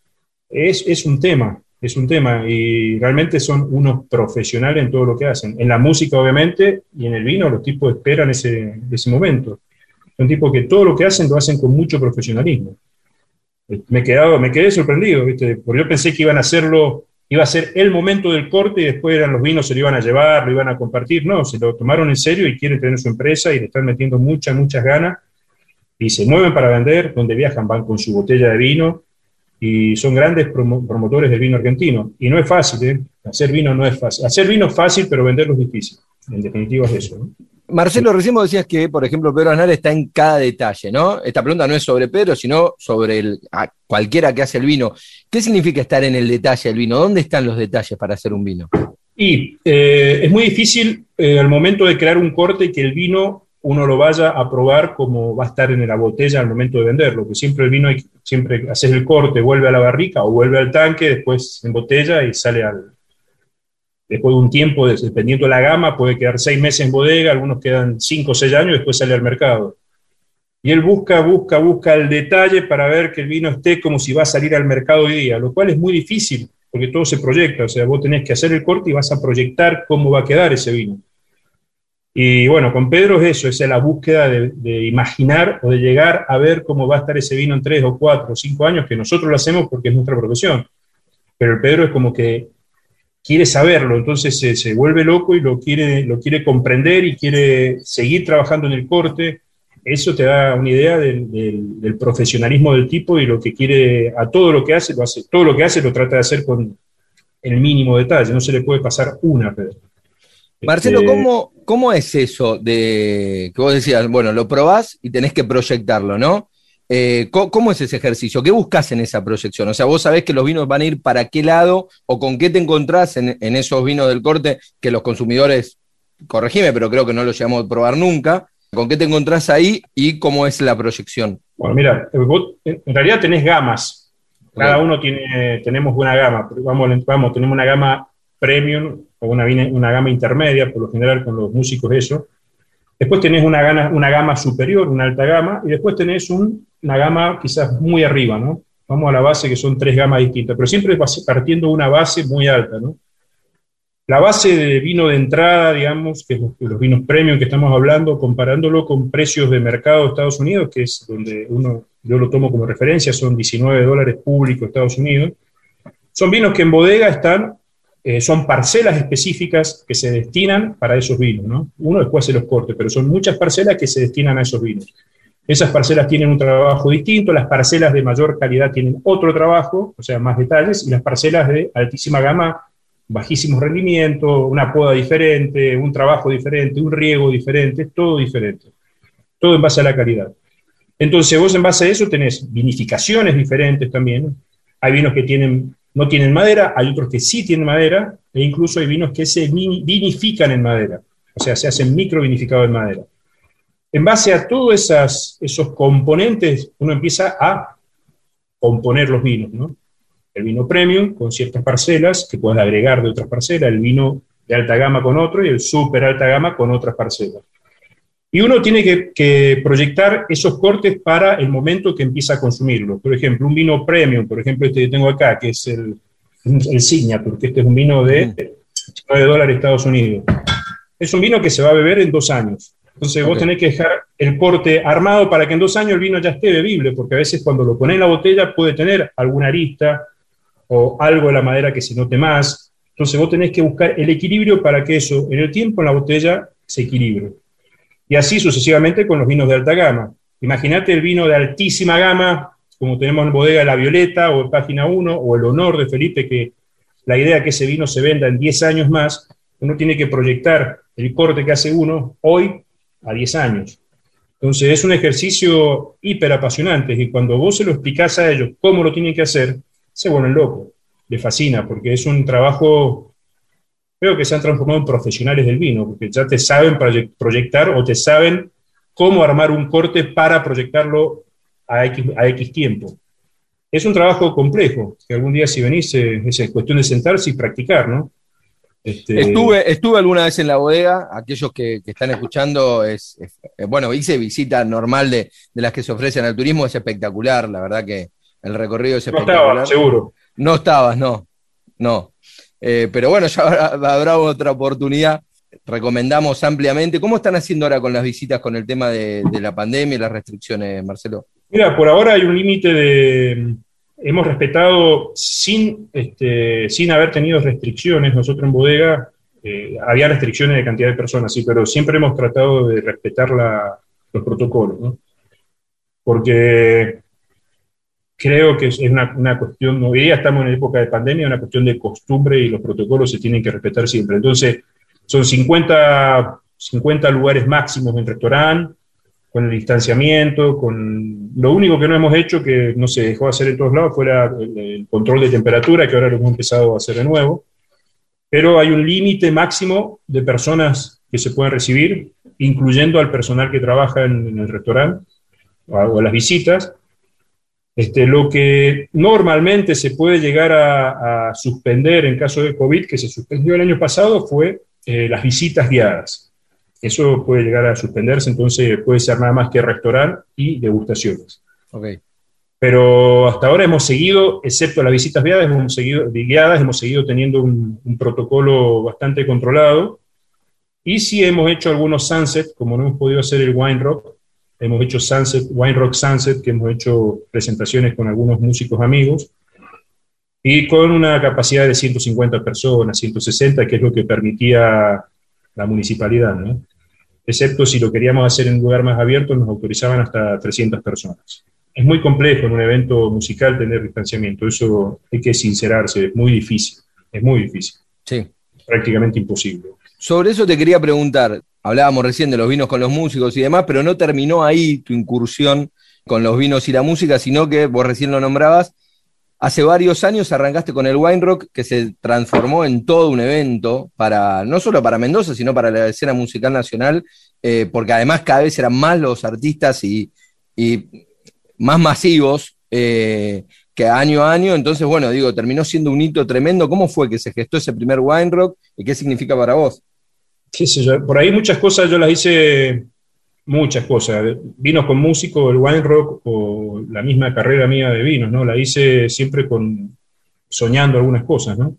Es, es un tema, es un tema, y realmente son unos profesionales en todo lo que hacen. En la música, obviamente, y en el vino, los tipos esperan ese, ese momento. Son tipos que todo lo que hacen, lo hacen con mucho profesionalismo. Me he quedado, me quedé sorprendido, ¿viste? Porque yo pensé que iban a hacerlo, iba a ser el momento del corte y después eran los vinos, se lo iban a llevar, lo iban a compartir. No, se lo tomaron en serio y quieren tener su empresa y le están metiendo muchas, muchas ganas y se mueven para vender. Donde viajan van con su botella de vino y son grandes prom- promotores del vino argentino. Y no es fácil, ¿eh? Hacer vino no es fácil. Hacer vino es fácil, pero venderlo es difícil. En definitiva es eso, ¿no? Marcelo, recién vos decías que, por ejemplo, Pedro Aznar está en cada detalle, ¿no? Esta pregunta no es sobre Pedro, sino sobre el, a cualquiera que hace el vino. ¿Qué significa estar en el detalle del vino? ¿Dónde están los detalles para hacer un vino? Y eh, es muy difícil eh, al momento de crear un corte que el vino uno lo vaya a probar como va a estar en la botella al momento de venderlo, porque siempre el vino, hay, siempre haces el corte, vuelve a la barrica o vuelve al tanque, después en botella y sale al... Después de un tiempo, dependiendo de la gama, puede quedar seis meses en bodega, algunos quedan cinco o seis años y después sale al mercado. Y él busca, busca, busca el detalle para ver que el vino esté como si va a salir al mercado hoy día, lo cual es muy difícil, porque todo se proyecta. O sea, vos tenés que hacer el corte y vas a proyectar cómo va a quedar ese vino. Y bueno, con Pedro es eso, esa es la búsqueda de, de imaginar o de llegar a ver cómo va a estar ese vino en tres o cuatro o cinco años, que nosotros lo hacemos porque es nuestra profesión. Pero el Pedro es como que quiere saberlo, entonces se, se vuelve loco y lo quiere, lo quiere comprender y quiere seguir trabajando en el corte. Eso te da una idea del, del, del profesionalismo del tipo y lo que quiere, a todo lo que hace, lo hace, todo lo que hace lo trata de hacer con, el mínimo detalle, no se le puede pasar una, Pedro. Marcelo, Este, ¿cómo, ¿cómo es eso de que vos decías, bueno, lo probás y tenés que proyectarlo, ¿no? Eh, ¿cómo, ¿Cómo es ese ejercicio? ¿Qué buscás en esa proyección? O sea, vos sabés que los vinos van a ir para qué lado o con qué te encontrás en, en esos vinos del corte que los consumidores, corregime, pero creo que no los llegamos a probar nunca. ¿Con qué te encontrás ahí y cómo es la proyección? Bueno, mira, vos en realidad tenés gamas. Cada uno tiene, tenemos una gama. Vamos, vamos, tenemos una gama premium o una, una gama intermedia, por lo general con los músicos eso. Después tenés una, gana, una gama superior, una alta gama, y después tenés un, una gama quizás muy arriba, ¿no? Vamos a la base, que son tres gamas distintas, pero siempre partiendo de una base muy alta, ¿no? La base de vino de entrada, digamos, que es los, los vinos premium que estamos hablando, comparándolo con precios de mercado de Estados Unidos, que es donde uno, yo lo tomo como referencia, son diecinueve dólares públicos Estados Unidos. Son vinos que en bodega están, eh, son parcelas específicas que se destinan para esos vinos, ¿no? Uno después se los corte, pero son muchas parcelas que se destinan a esos vinos. Esas parcelas tienen un trabajo distinto, las parcelas de mayor calidad tienen otro trabajo, o sea, más detalles, y las parcelas de altísima gama, bajísimos rendimientos, una poda diferente, un trabajo diferente, un riego diferente, todo diferente. Todo en base a la calidad. Entonces vos en base a eso tenés vinificaciones diferentes también. Hay vinos que tienen, no tienen madera, hay otros que sí tienen madera, e incluso hay vinos que se vinifican en madera, o sea, se hacen microvinificados en madera. En base a todos esas, esos componentes, uno empieza a componer los vinos, ¿no? El vino premium con ciertas parcelas que puedes agregar de otras parcelas, el vino de alta gama con otro y el súper alta gama con otras parcelas. Y uno tiene que, que proyectar esos cortes para el momento que empieza a consumirlo. Por ejemplo, un vino premium, por ejemplo este que tengo acá, que es el, el Signature, que este es un vino de diecinueve dólares Estados Unidos. Es un vino que se va a beber en dos años. Entonces okay. Vos tenés que dejar el corte armado para que en dos años el vino ya esté bebible, porque a veces cuando lo ponés en la botella puede tener alguna arista o algo de la madera que se note más. Entonces vos tenés que buscar el equilibrio para que eso, en el tiempo, en la botella, se equilibre. Y así sucesivamente con los vinos de alta gama. Imagínate el vino de altísima gama, como tenemos en bodega La Violeta o en Página uno, o el Honor de Felipe, que la idea que ese vino se venda en diez años más, uno tiene que proyectar el corte que hace uno hoy a diez años. Entonces es un ejercicio hiper apasionante, y cuando vos se lo explicás a ellos cómo lo tienen que hacer, se vuelven locos, les fascina, porque es un trabajo, creo que se han transformado en profesionales del vino, porque ya te saben proyectar o te saben cómo armar un corte para proyectarlo a X, a X tiempo. Es un trabajo complejo, que algún día si venís eh, es cuestión de sentarse y practicar, ¿no? Este... Estuve, estuve alguna vez en la bodega, aquellos que, que están escuchando, es, es eh, bueno, hice visita normal de, de las que se ofrecen al turismo, es espectacular, la verdad que el recorrido es espectacular. No estabas, seguro. No estabas, no, no. Eh, pero bueno, ya habrá, habrá otra oportunidad, recomendamos ampliamente. ¿Cómo están haciendo ahora con las visitas con el tema de, de la pandemia y las restricciones, Marcelo? Mira, por ahora hay un límite de... Hemos respetado, sin, este, sin haber tenido restricciones, nosotros en bodega, eh, había restricciones de cantidad de personas, sí, pero siempre hemos tratado de respetar la, los protocolos, ¿no? Porque creo que es una, una cuestión, hoy día estamos en época de pandemia, una cuestión de costumbre y los protocolos se tienen que respetar siempre. Entonces, son cincuenta, cincuenta lugares máximos en restaurante, con el distanciamiento, con lo único que no hemos hecho, que no se dejó hacer en todos lados, fuera el, el control de temperatura, que ahora lo hemos empezado a hacer de nuevo, pero hay un límite máximo de personas que se pueden recibir, incluyendo al personal que trabaja en, en el restaurante, o a, o a las visitas. Este, lo que normalmente se puede llegar a, a suspender en caso de COVID, que se suspendió el año pasado, fue eh, las visitas guiadas. Eso puede llegar a suspenderse, entonces puede ser nada más que restaurante y degustaciones. Okay. Pero hasta ahora hemos seguido, excepto las visitas guiadas, hemos seguido, guiadas, hemos seguido teniendo un, un protocolo bastante controlado. Y sí hemos hecho algunos sunsets, como no hemos podido hacer el Wine Rock, hemos hecho sunset, Wine Rock Sunset, que hemos hecho presentaciones con algunos músicos amigos, y con una capacidad de ciento cincuenta personas, ciento sesenta, que es lo que permitía la municipalidad, ¿no? Excepto si lo queríamos hacer en un lugar más abierto, nos autorizaban hasta trescientas personas. Es muy complejo en un evento musical tener distanciamiento, eso hay que sincerarse, es muy difícil. es muy difícil. Sí. Prácticamente imposible. Sobre eso te quería preguntar, hablábamos recién de los vinos con los músicos y demás, pero no terminó ahí tu incursión con los vinos y la música, sino que vos recién lo nombrabas, hace varios años arrancaste con el Wine Rock, que se transformó en todo un evento, para no solo para Mendoza, sino para la escena musical nacional, eh, porque además cada vez eran más los artistas y, y más masivos eh, que año a año. Entonces, bueno, digo, terminó siendo un hito tremendo. ¿Cómo fue que se gestó ese primer Wine Rock y qué significa para vos? Qué sé yo, por ahí muchas cosas yo las hice, muchas cosas, vinos con músico, el Wine Rock o la misma carrera mía de vinos, ¿no? La hice siempre con, soñando algunas cosas, ¿no?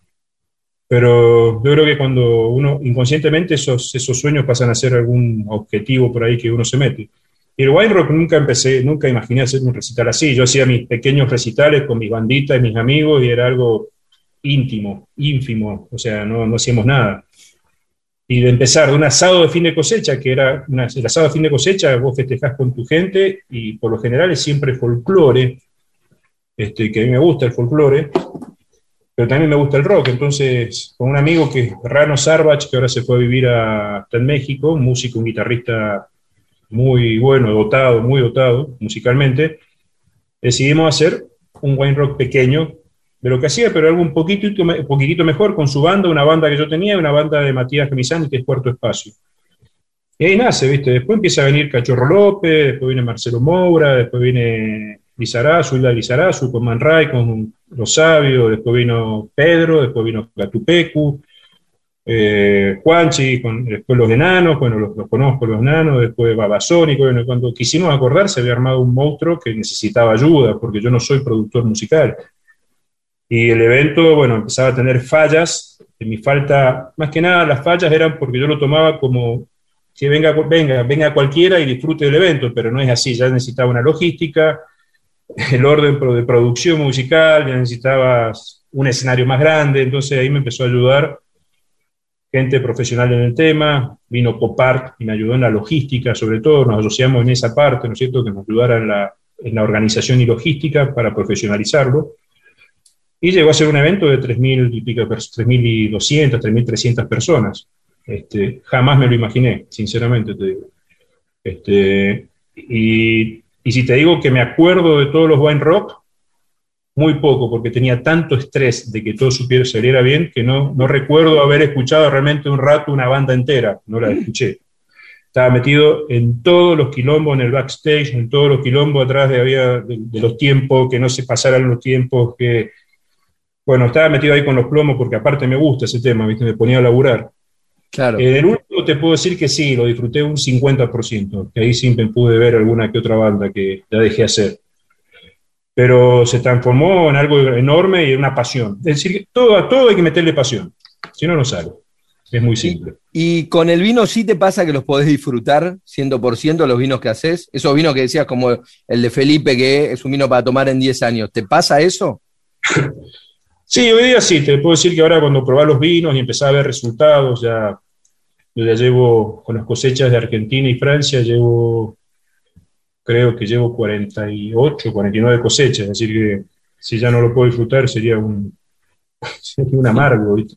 Pero yo creo que cuando uno, inconscientemente, esos, esos sueños pasan a ser algún objetivo por ahí que uno se mete. Y el Wine Rock nunca empecé, nunca imaginé hacer un recital así. Yo hacía mis pequeños recitales con mis banditas y mis amigos y era algo íntimo, ínfimo, o sea, no, no hacíamos nada. Y de empezar de un asado de fin de cosecha, que era una, el asado de fin de cosecha, vos festejás con tu gente y por lo general es siempre folclore, este, que a mí me gusta el folclore, pero también me gusta el rock. Entonces, con un amigo que es Rano Sarbach, que ahora se fue a vivir a, hasta en México, un músico, un guitarrista muy bueno, dotado, muy dotado musicalmente, decidimos hacer un wine rock pequeño de lo que hacía, pero algo un poquitito, un poquitito mejor con su banda, una banda que yo tenía, una banda de Matías Gemisani, que es Cuarto Espacio. Y ahí nace, ¿viste? Después empieza a venir Cachorro López, después viene Marcelo Moura, después viene Lizarazu, Hilda Lizarazu, con Man Ray, con Los Sabios, después vino Pedro, después vino Catupecu, eh, Juanchi, con, después los enanos, bueno, los, los conozco los enanos, después Babasónico. Bueno, cuando quisimos acordar se había armado un monstruo que necesitaba ayuda, porque yo no soy productor musical. Y el evento, bueno, empezaba a tener fallas, y mi falta, más que nada las fallas eran porque yo lo tomaba como que venga, venga, venga cualquiera y disfrute del evento, pero no es así, ya necesitaba una logística, el orden de producción musical, ya necesitabas un escenario más grande. Entonces ahí me empezó a ayudar gente profesional en el tema, vino Pop Art y me ayudó en la logística, sobre todo, nos asociamos en esa parte, ¿no es cierto?, que nos ayudara en la, en la organización y logística para profesionalizarlo. Y llegó a ser un evento de tres mil y pico, tres mil doscientas, tres mil trescientas personas. Este, jamás me lo imaginé, sinceramente te digo. Este, y, y si te digo que me acuerdo de todos los wine rock, muy poco, porque tenía tanto estrés de que todo supiera, saliera bien, que no, no recuerdo haber escuchado realmente un rato una banda entera, no la escuché. Estaba metido en todos los quilombos, en el backstage, en todos los quilombos atrás de, había, de, de los tiempos, que no se pasaran los tiempos, que... Bueno, estaba metido ahí con los plomos porque aparte me gusta ese tema, ¿viste? Me ponía a laburar. Claro. En el último te puedo decir que sí, lo disfruté un cincuenta por ciento, que ahí siempre pude ver alguna que otra banda que ya dejé hacer. Pero se transformó en algo enorme y en una pasión. Es decir, que todo, a todo hay que meterle pasión, si no, no sale. Es muy simple. Y, y con el vino sí te pasa que los podés disfrutar cien por ciento los vinos que haces, esos vinos que decías como el de Felipe, que es un vino para tomar en diez años, ¿te pasa eso? Sí, hoy día sí, te puedo decir que ahora cuando probás los vinos y empezás a ver resultados, ya, yo ya llevo, con las cosechas de Argentina y Francia, llevo, creo que llevo cuarenta y ocho, cuarenta y nueve cosechas, es decir que si ya no lo puedo disfrutar sería un, sería un amargo, ¿viste?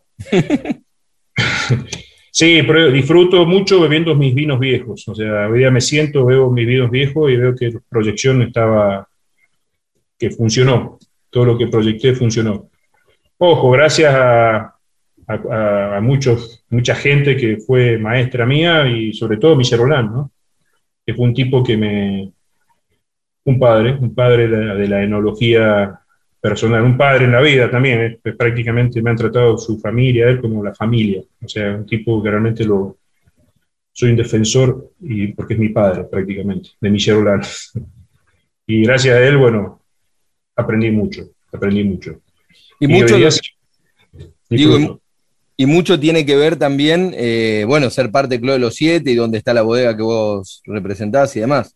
Sí, pero disfruto mucho bebiendo mis vinos viejos, o sea, hoy día me siento, veo mis vinos viejos y veo que la proyección estaba, que funcionó, todo lo que proyecté funcionó. Ojo, gracias a, a, a muchos, mucha gente que fue maestra mía y sobre todo Michel Roland, ¿no? Que fue un tipo que me... un padre, un padre de la, de la enología personal, un padre en la vida también, ¿eh? Pues prácticamente me han tratado su familia, él como la familia, o sea, un tipo que realmente lo... soy un defensor y porque es mi padre prácticamente, de Michel Roland. Y gracias a él, bueno, aprendí mucho, aprendí mucho. Y, y mucho, día, digo, y, y mucho tiene que ver también, eh, bueno, ser parte del Club de los Siete y donde está la bodega que vos representás y demás.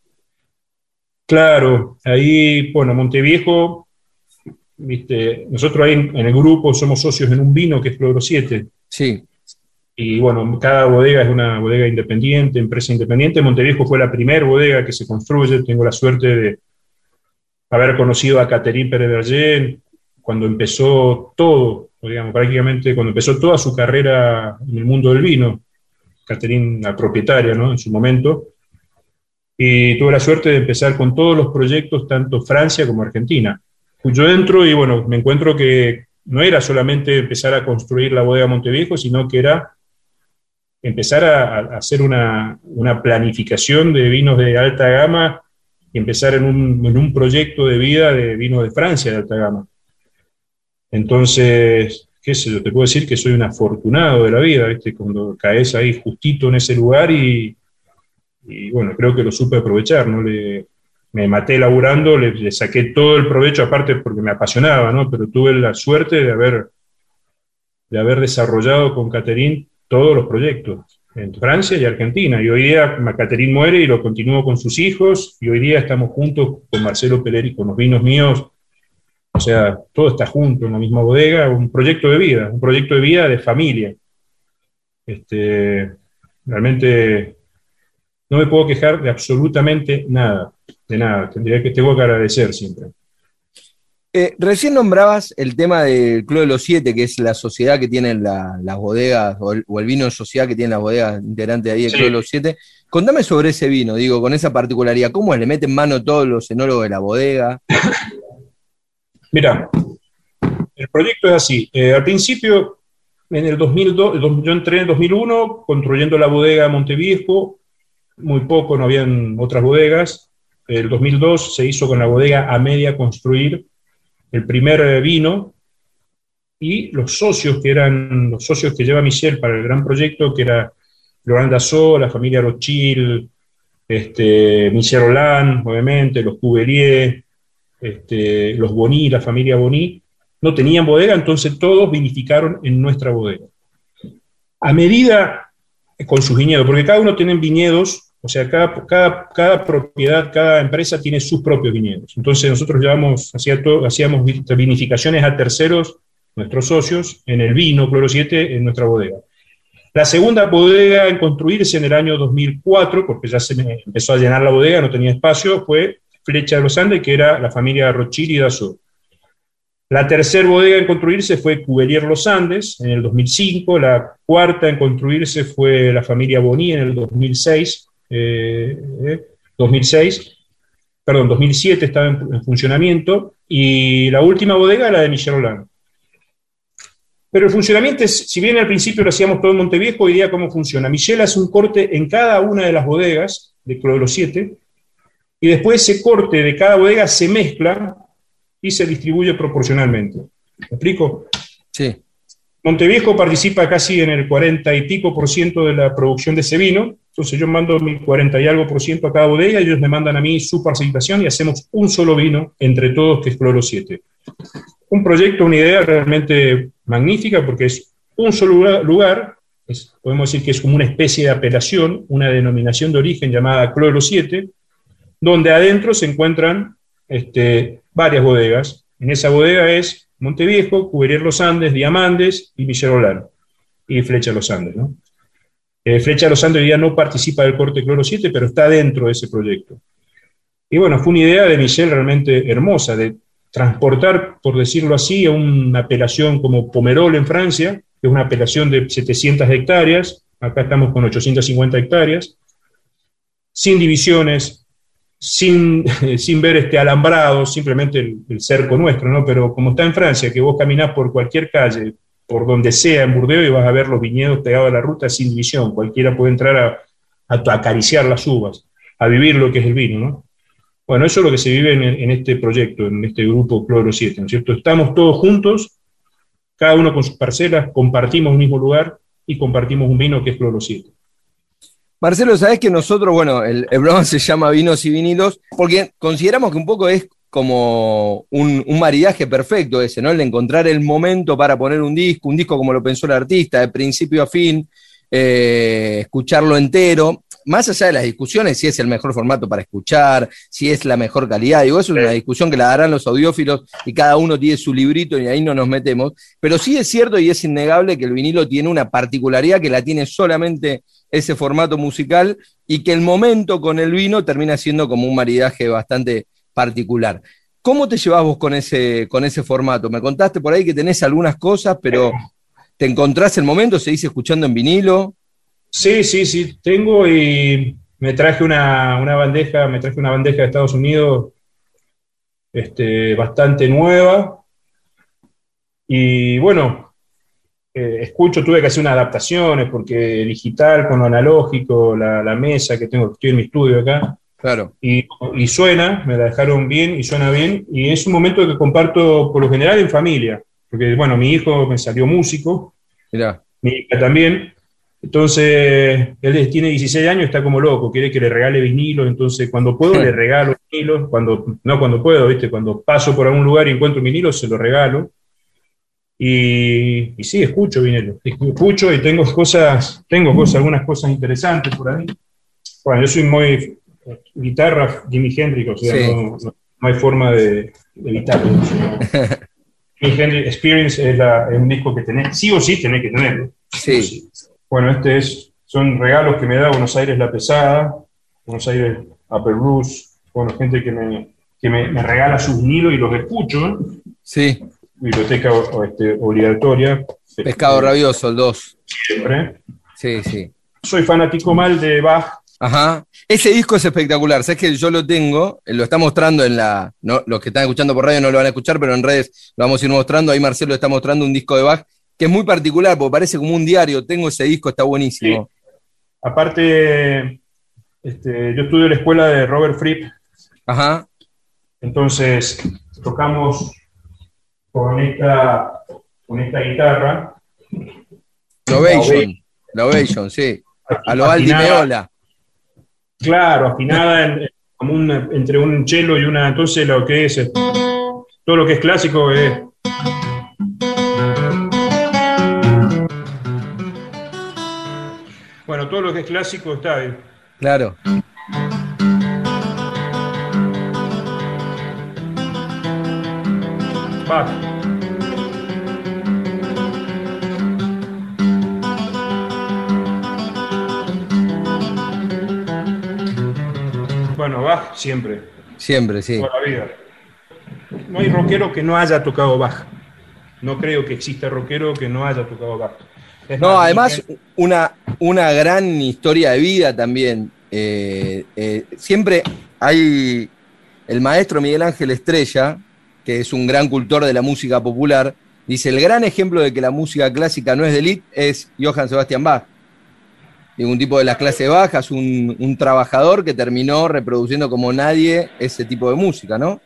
Claro, ahí, bueno, Monteviejo, viste, nosotros ahí en el grupo somos socios en un vino que es Club de los Siete. Sí. Y bueno, cada bodega es una bodega independiente, empresa independiente. Monteviejo fue la primera bodega que se construye. Tengo la suerte de haber conocido a Catherine Pérez Berger cuando empezó todo, digamos, prácticamente cuando empezó toda su carrera en el mundo del vino, Catherine, la propietaria, ¿no?, en su momento, y tuve la suerte de empezar con todos los proyectos, tanto Francia como Argentina. Yo entro y, bueno, me encuentro que no era solamente empezar a construir la bodega Monteviejo, sino que era empezar a, a hacer una, una planificación de vinos de alta gama y empezar en un, en un proyecto de vida de vinos de Francia de alta gama. Entonces, qué sé yo, te puedo decir que soy un afortunado de la vida, ¿viste? Cuando caes ahí justito en ese lugar y, y bueno, creo que lo supe aprovechar, ¿no? Le, me maté laburando, le, le saqué todo el provecho, aparte porque me apasionaba, ¿no? Pero tuve la suerte de haber, de haber desarrollado con Catherine todos los proyectos en Francia y Argentina. Y hoy día Catherine muere y lo continúo con sus hijos, y hoy día estamos juntos con Marcelo Peleri, con los vinos míos. O sea, todo está junto en la misma bodega, un proyecto de vida, un proyecto de vida de familia. Este, realmente no me puedo quejar de absolutamente nada, de nada. Tendría que, tengo que agradecer siempre. Eh, recién nombrabas el tema del Club de los Siete, que es la sociedad que tienen la, las bodegas, o el, o el vino en sociedad que tienen las bodegas integrantes de ahí del sí. Club de los Siete. Contame sobre ese vino, digo, con esa particularidad. ¿Cómo es? ¿Le meten mano todos los enólogos de la bodega? Mira, el proyecto es así. Eh, al principio, en el dos mil dos, yo entré en el dos mil uno construyendo la bodega Monteviejo, muy poco, no habían otras bodegas. El dos mil dos se hizo con la bodega a media construir el primer vino, y los socios que eran los socios que lleva Michel para el gran proyecto, que era Laurent Dassault, la familia Rothschild, este, Michel Roland, obviamente, los Cuvelier, este, los Boni, la familia Boni, no tenían bodega, entonces todos vinificaron en nuestra bodega. A medida, con sus viñedos, porque cada uno tiene viñedos. O sea, cada, cada, cada propiedad, cada empresa tiene sus propios viñedos. Entonces nosotros llevamos, hacía todo, hacíamos vinificaciones a terceros, nuestros socios, en el vino Cloro siete en nuestra bodega. La segunda bodega en construirse en el año dos mil cuatro, porque ya se me empezó a llenar la bodega, no tenía espacio, fue Flecha de los Andes, que era la familia Rothschild y Dassault. La tercera bodega en construirse fue Cuvelier Los Andes en el dos mil cinco, la cuarta en construirse fue la familia Boni en el dos mil seis, Eh, eh, dos mil seis, perdón, dos mil siete estaba en, en funcionamiento, y la última bodega era la de Michel Roland. Pero el funcionamiento es, si bien al principio lo hacíamos todo en Monteviejo, hoy día cómo funciona. Michel hace un corte en cada una de las bodegas de Club de los Siete, y después ese corte de cada bodega se mezcla y se distribuye proporcionalmente. ¿Me explico? Sí. Monteviejo participa casi en el cuarenta y pico por ciento de la producción de ese vino. Entonces yo mando mi cuarenta y algo por ciento a cada bodega, y ellos me mandan a mí su participación, y hacemos un solo vino entre todos, que es Cloro siete. Un proyecto, una idea realmente magnífica, porque es un solo lugar, es, podemos decir que es como una especie de apelación, una denominación de origen llamada Cloro siete, donde adentro se encuentran este, varias bodegas. En esa bodega es Monteviejo, Cuvelier Los Andes, Diamandes y Michel Roland, y Flecha Los Andes, ¿no? Eh, Flecha Los Andes hoy día no participa del corte Cloro siete, pero está dentro de ese proyecto. Y bueno, fue una idea de Michel realmente hermosa, de transportar, por decirlo así, a una apelación como Pomerol en Francia, que es una apelación de setecientas hectáreas, acá estamos con ochocientas cincuenta hectáreas, sin divisiones, sin, sin ver este alambrado, simplemente el, el cerco nuestro, ¿no? Pero como está en Francia, que vos caminás por cualquier calle, por donde sea en Burdeos, y vas a ver los viñedos pegados a la ruta sin división, cualquiera puede entrar a, a, a acariciar las uvas, a vivir lo que es el vino, ¿no? Bueno, eso es lo que se vive en, en este proyecto, en este grupo Cloro siete, ¿no es cierto? Estamos todos juntos, cada uno con sus parcelas, compartimos un mismo lugar y compartimos un vino que es Cloro siete. Marcelo, sabés que nosotros, bueno, el, el programa se llama Vinos y Vinilos, porque consideramos que un poco es como un, un maridaje perfecto ese, ¿no? El de encontrar el momento para poner un disco, un disco como lo pensó el artista, de principio a fin, eh, escucharlo entero, más allá de las discusiones, si es el mejor formato para escuchar, si es la mejor calidad, digo, eso es una discusión que la darán los audiófilos y cada uno tiene su librito y ahí no nos metemos, pero sí es cierto y es innegable que el vinilo tiene una particularidad que la tiene solamente ese formato musical y que el momento con el vino termina siendo como un maridaje bastante particular. ¿Cómo te llevas vos con ese, con ese formato? Me contaste por ahí que tenés algunas cosas, pero ¿te encontrás el momento? ¿Se dice escuchando en vinilo? Sí, sí, sí, tengo y me traje una, una bandeja, me traje una bandeja de Estados Unidos este, bastante nueva. Y bueno, eh, escucho, tuve que hacer unas adaptaciones porque digital con lo analógico, la, la mesa que tengo, estoy en mi estudio acá. Claro. Y, y suena, me la dejaron bien y suena bien. Y es un momento que comparto por lo general en familia. Porque, bueno, mi hijo me salió músico. Mirá. Mi hija también. Entonces, él tiene dieciséis años, está como loco, quiere que le regale vinilos, entonces cuando puedo le regalo vinilos, cuando, no cuando puedo, ¿viste? Cuando paso por algún lugar y encuentro vinilos, se los regalo. Y, y sí, escucho vinilo, escucho y tengo cosas, tengo cosas, algunas cosas interesantes por ahí. Bueno, yo soy muy guitarra, Jimi Hendrix, o sea, sí. no, no, no hay forma de, de evitarlo. Jimi Hendrix Experience es, la, es un disco que tenés, sí o sí tenés que tenerlo. Sí. sí. Bueno, este es, son regalos que me da Buenos Aires La Pesada, Buenos Aires Upper Bruce, bueno, gente que me, que me, me regala sus vinilos y los escucho, ¿eh? Sí. Biblioteca este, obligatoria. Pescado Rabioso, el dos. Siempre. Sí, sí. Soy fanático mal de Bach. Ajá. Ese disco es espectacular. Sabes que yo lo tengo, lo está mostrando en la. No, los que están escuchando por radio no lo van a escuchar, pero en redes lo vamos a ir mostrando. Ahí Marcelo está mostrando un disco de Bach que es muy particular, porque parece como un diario. Tengo ese disco, está buenísimo. Sí. Aparte, este, yo estudio en la escuela de Robert Fripp. Ajá. Entonces, tocamos con esta, con esta guitarra. Lovation, Lovation, sí. A lo Aldi Meola. Claro, afinada en, como una, entre un cello y una. Entonces, lo que es. Todo lo que es clásico es. Bueno, todo lo que es clásico está bien. Claro. Bach. Bueno, Bach siempre. Siempre, sí. Toda la vida. No hay rockero que no haya tocado Bach. No creo que exista rockero que no haya tocado Bach. Es no, más, además, que... una, una gran historia de vida también. Eh, eh, siempre hay el maestro Miguel Ángel Estrella, que es un gran cultor de la música popular, dice, el gran ejemplo de que la música clásica no es de élite es Johann Sebastian Bach. Un tipo de las clases bajas, un, un trabajador que terminó reproduciendo como nadie ese tipo de música, ¿no?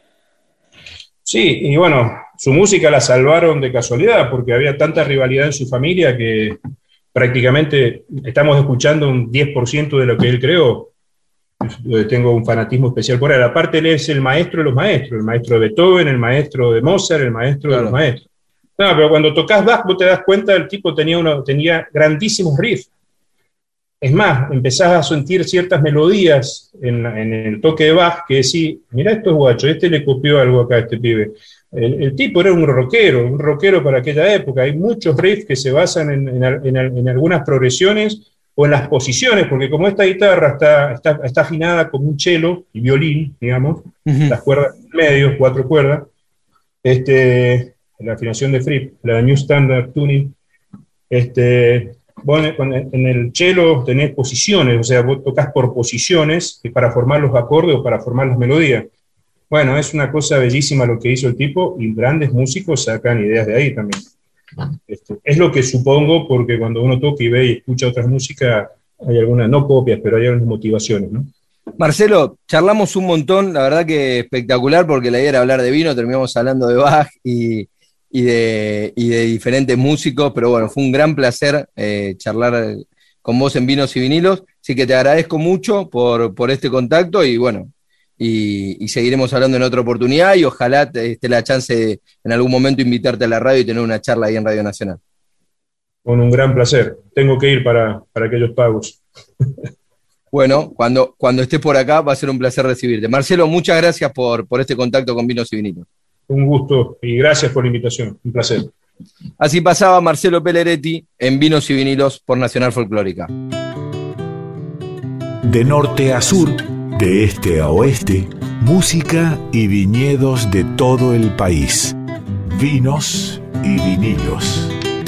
Sí, y bueno, su música la salvaron de casualidad, porque había tanta rivalidad en su familia que prácticamente estamos escuchando un diez por ciento de lo que él creó. Tengo un fanatismo especial por él. Aparte, él es el maestro de los maestros, el maestro de Beethoven, el maestro de Mozart, el maestro claro. de los maestros. No, pero cuando tocas Bach, vos te das cuenta, el tipo tenía, uno, tenía grandísimos riffs. Es más, empezás a sentir ciertas melodías en, en el toque de Bach que decís, mirá estos guachos, este le copió algo acá a este pibe. El, el tipo era un rockero, un rockero para aquella época. Hay muchos riffs que se basan en, en, en, en algunas progresiones o en las posiciones, porque como esta guitarra está, está, está afinada como un cello y violín, digamos, uh-huh. las cuerdas medios, cuatro cuerdas, este, la afinación de Fripp, la New Standard Tuning, este... Vos en el cello tenés posiciones, o sea, vos tocas por posiciones para formar los acordes o para formar las melodías. Bueno, es una cosa bellísima lo que hizo el tipo y grandes músicos sacan ideas de ahí también. Este, es lo que supongo, porque cuando uno toca y ve y escucha otras músicas, hay algunas, no copias, pero hay algunas motivaciones, ¿no? Marcelo, charlamos un montón, la verdad que espectacular, porque la idea era hablar de vino, terminamos hablando de Bach y... Y de, y de diferentes músicos, pero bueno, fue un gran placer eh, charlar con vos en Vinos y Vinilos, así que te agradezco mucho por, por este contacto y bueno, y, y seguiremos hablando en otra oportunidad y ojalá te esté la chance de en algún momento invitarte a la radio y tener una charla ahí en Radio Nacional. Con un gran placer, tengo que ir para, para aquellos pagos. Bueno, cuando, cuando estés por acá va a ser un placer recibirte. Marcelo, muchas gracias por, por este contacto con Vinos y Vinilos. Un gusto y gracias por la invitación, un placer. Así pasaba Marcelo Pelleretti en Vinos y Vinilos por Nacional Folclórica. De norte a sur, de este a oeste, Música y viñedos de todo el país. Vinos y vinilos.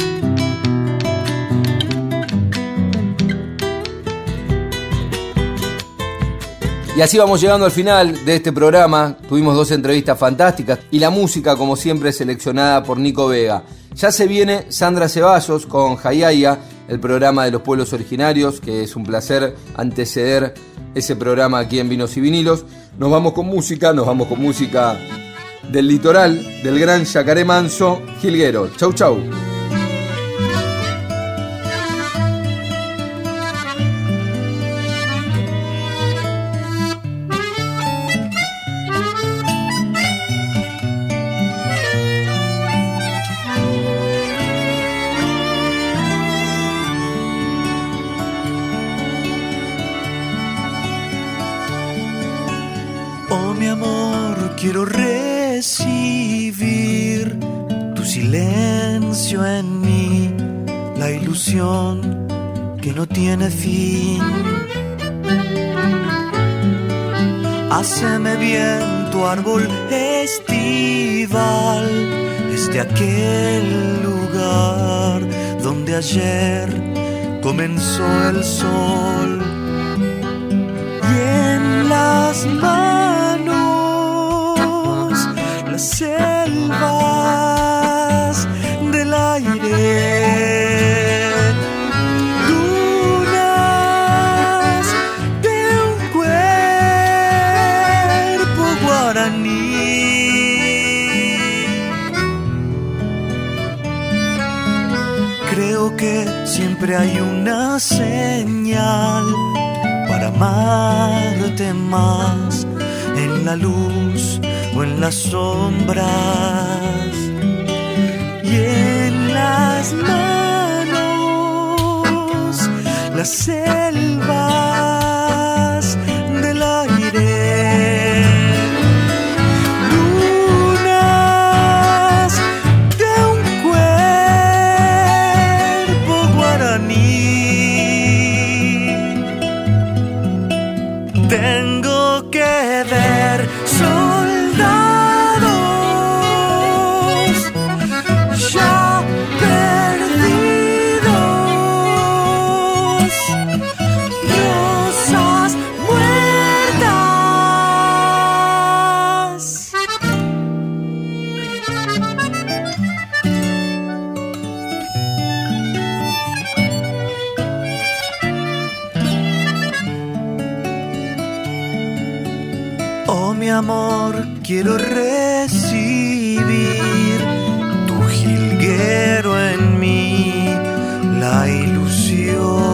Y así vamos llegando al final de este programa. Tuvimos dos entrevistas fantásticas y la música, como siempre, seleccionada por Nico Vega. Ya se viene Sandra Ceballos con Jayaya, el programa de los pueblos originarios, que es un placer anteceder ese programa aquí en Vinos y Vinilos. Nos vamos con música, nos vamos con música del litoral, del gran Yacaré Manso, Jilguero. Chau, chau. Quiero recibir tu silencio en mí, la ilusión que no tiene fin. Háceme bien tu árbol estival, es de aquel lugar donde ayer comenzó el sol. Y en las manos las selvas del aire, dunas de un cuerpo guaraní. Creo que siempre hay una señal para amarte más, en la luz o en las sombras, y en las manos las selvas del aire, lunas de un cuerpo guaraní. Tengo que ver soldados ya perdidos, rosas muertas. Oh, mi amor, quiero recibir tu jilguero en mí, la ilusión